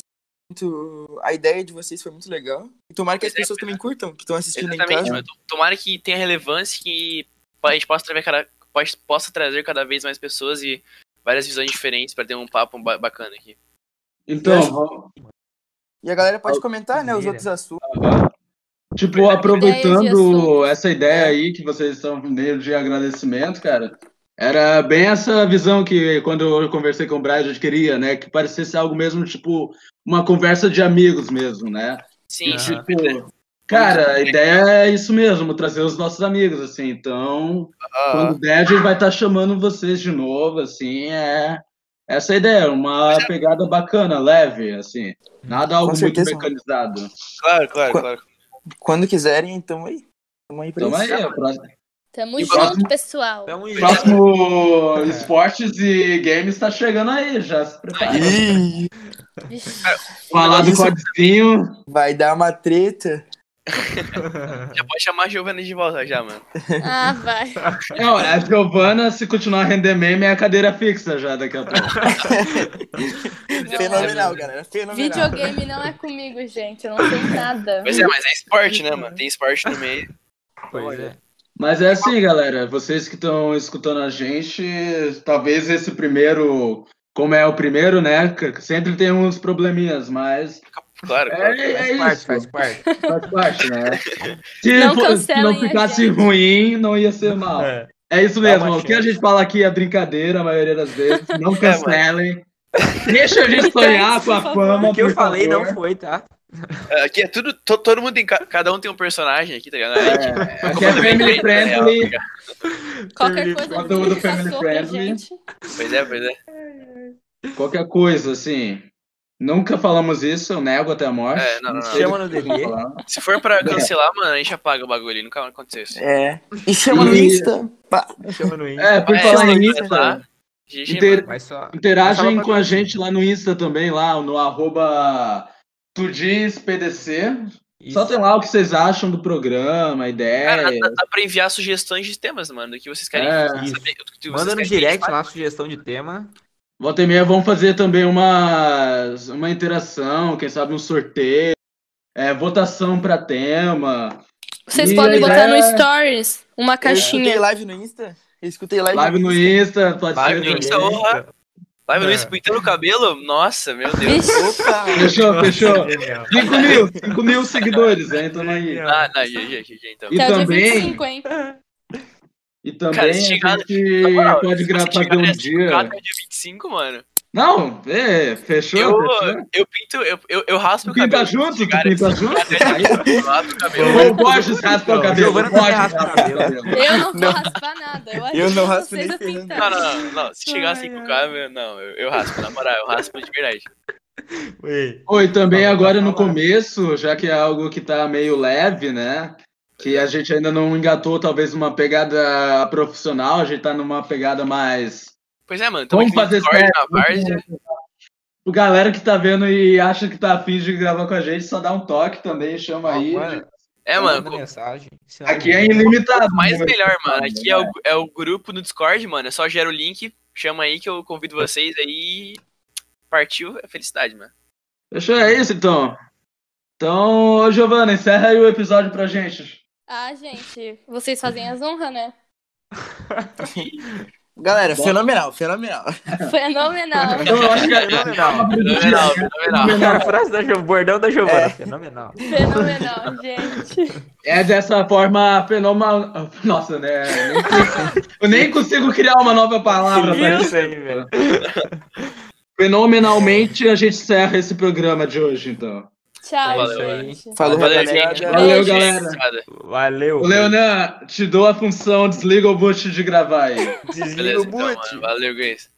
muito. A ideia de vocês foi muito legal. E tomara que as Pois é, pessoas pois também curtam, que estão assistindo em Exatamente, casa. mano. Tomara que tenha relevância, que a gente possa trazer cada, pode- possa trazer cada vez mais pessoas e várias visões diferentes pra ter um papo ba- bacana aqui. Então, Eu acho- vamos- E a galera pode comentar, né, os outros assuntos. tipo, aproveitando assuntos. essa ideia É. aí que vocês estão meio de agradecimento, cara, era bem essa visão que quando eu conversei com o Brian, a gente queria, né? Que parecesse algo mesmo, tipo, uma conversa de amigos mesmo, né? Sim, Aham. sim. Tipo, cara, a ideia é isso mesmo, trazer os nossos amigos, assim. Então, quando Ah, der, a gente vai estar chamando vocês de novo, assim, é essa a ideia, uma pegada bacana, leve, assim. Nada algo muito certeza, mano. mecanizado. claro, claro, Qu- claro. Quando quiserem, tamo aí. Tamo aí pra Então isso. aí, o próximo, Tamo E o junto, próximo- pessoal. Tamo o junto. próximo esportes e games está chegando aí, já se prepara. Ih, Vixe. Falar do Isso- codzinho. vai dar uma treta. Já pode chamar a Giovanna de volta já, mano. Ah, vai. Não, a Giovana, se continuar a render meme, é a cadeira fixa já daqui a pouco. Fenomenal, galera. Fenomenal. Videogame não é comigo, gente. Eu não sei nada. Pois é, mas é esporte, né, mano? Tem esporte no meio. Pois é. Mas é assim, galera, vocês que estão escutando a gente, talvez esse primeiro, como é o primeiro, né, sempre tem uns probleminhas, mas Claro, claro. é, é Faz parte, isso, faz parte. faz parte, né? Se, Não for- se cancelem não a ficasse gente. ruim, não ia ser mal. É. É isso Dá mesmo, uma o que a chance. gente fala aqui é brincadeira, a maioria das vezes, não mano. cancelem. Deixa a gente sonhar com a Por fama, O que eu por falei favor. não foi, tá? Aqui é tudo, to- todo mundo tem, ca- cada um tem um personagem aqui, tá ligado? É, aqui é family friendly. Qualquer coisa Conteúdo que family passou pra friendly. gente. Pois é, pois é. Qualquer coisa, assim. Nunca falamos isso, eu nego até a morte. É, não, não, não. sei Chama do no que D D. eu tô falando. Se for pra cancelar, mano, a gente apaga o bagulho. Nunca aconteceu isso. É. E chama no E- Insta. Pá. Chama no Insta. É, por É, falar se em quiser lá, Insta, G G, Inter- mano. Mas só. mas interagem fala com pra a tu. gente lá no Insta também, lá no arroba tudispdc. Isso. Soltem lá o que vocês acham do programa, a ideia. Cara, dá, dá pra enviar sugestões de temas, mano, do que vocês querem É. saber. Isso. o que vocês Manda no querem direct falar. lá a sugestão de tema. Volta e meia, vamos fazer também uma, uma interação, quem sabe um sorteio, é, votação para tema, Vocês E podem a botar no ideia- Stories uma Eu escutei caixinha. live no Insta. Eu escutei live, live no Insta, pode Live ser. no Insta, honra. Live no É. Insta, pintando o cabelo. Nossa, meu Deus. Vixe. Opa! Fechou, fechou. Genial. cinco mil, cinco mil seguidores, hein? Tamo aí. Ah, não, G G, G G, então. E Até o dia também- vinte e cinco, hein? E também Cara, a se chegar- gente Na moral, pode se gravar você fazer chegar um nessa dia. data, é dia vinte e cinco, mano. Não, é, fechou, Eu, fechou. eu pinto, eu, eu, eu raspo Tu o cabelo. pinta junto? Tu Chegar pinta nesse- junto? Eu raspo o cabelo. O Borges raspa o cabelo. Giovana o Borges também raspa o raspa o cabelo. cabelo. Eu não vou Não. raspar nada. Eu, Eu não raspo vocês nem a ferrando. pintar. Não, não, não, não. Se chegar a cinco K, meu, não, eu, eu raspo, na moral, eu raspo de verdade. Oi. Oi, também Vamos agora no falar. começo, já que é algo que tá meio leve, né? Que a gente ainda não engatou, talvez, uma pegada profissional, a gente tá numa pegada mais. Pois é, mano, tamo Vamos aqui no fazer Discord, sério. na Várzea. O galera que tá vendo e acha que tá afim de gravar com a gente, só dá um toque também, chama aí. Mano, É, manda mano, mensagem. Se Aqui é ilimitado. mais né? melhor, mano. Aqui é o, é o grupo no Discord, mano. É só gera o link, chama aí que eu convido vocês aí. Partiu, é felicidade, mano. Fechou, é isso então. Então, ô, Giovana, encerra aí o episódio pra gente. Ah, gente, vocês fazem as honras, né? Galera, fenomenal, fenomenal. Fenomenal. Eu acho que é Fenomenal. Fenomenal, fenomenal. Cara, a frase da Jo- bordão da Giovana. É. Fenomenal. Fenomenal, gente. É dessa forma fenomenal. Nossa, né? Nem consigo- Eu nem consigo criar uma nova palavra pra Viu isso. isso aí, velho? Fenomenalmente a gente encerra esse programa de hoje, então. Tchau, É isso aí. gente. Falou, Valeu, rapaziada. gente. Valeu, Beijo. galera. Valeu. Ô, Leonan, te dou a função, desliga o boot de gravar aí. Desliga Beleza, o então, boot. mano. Valeu, guys.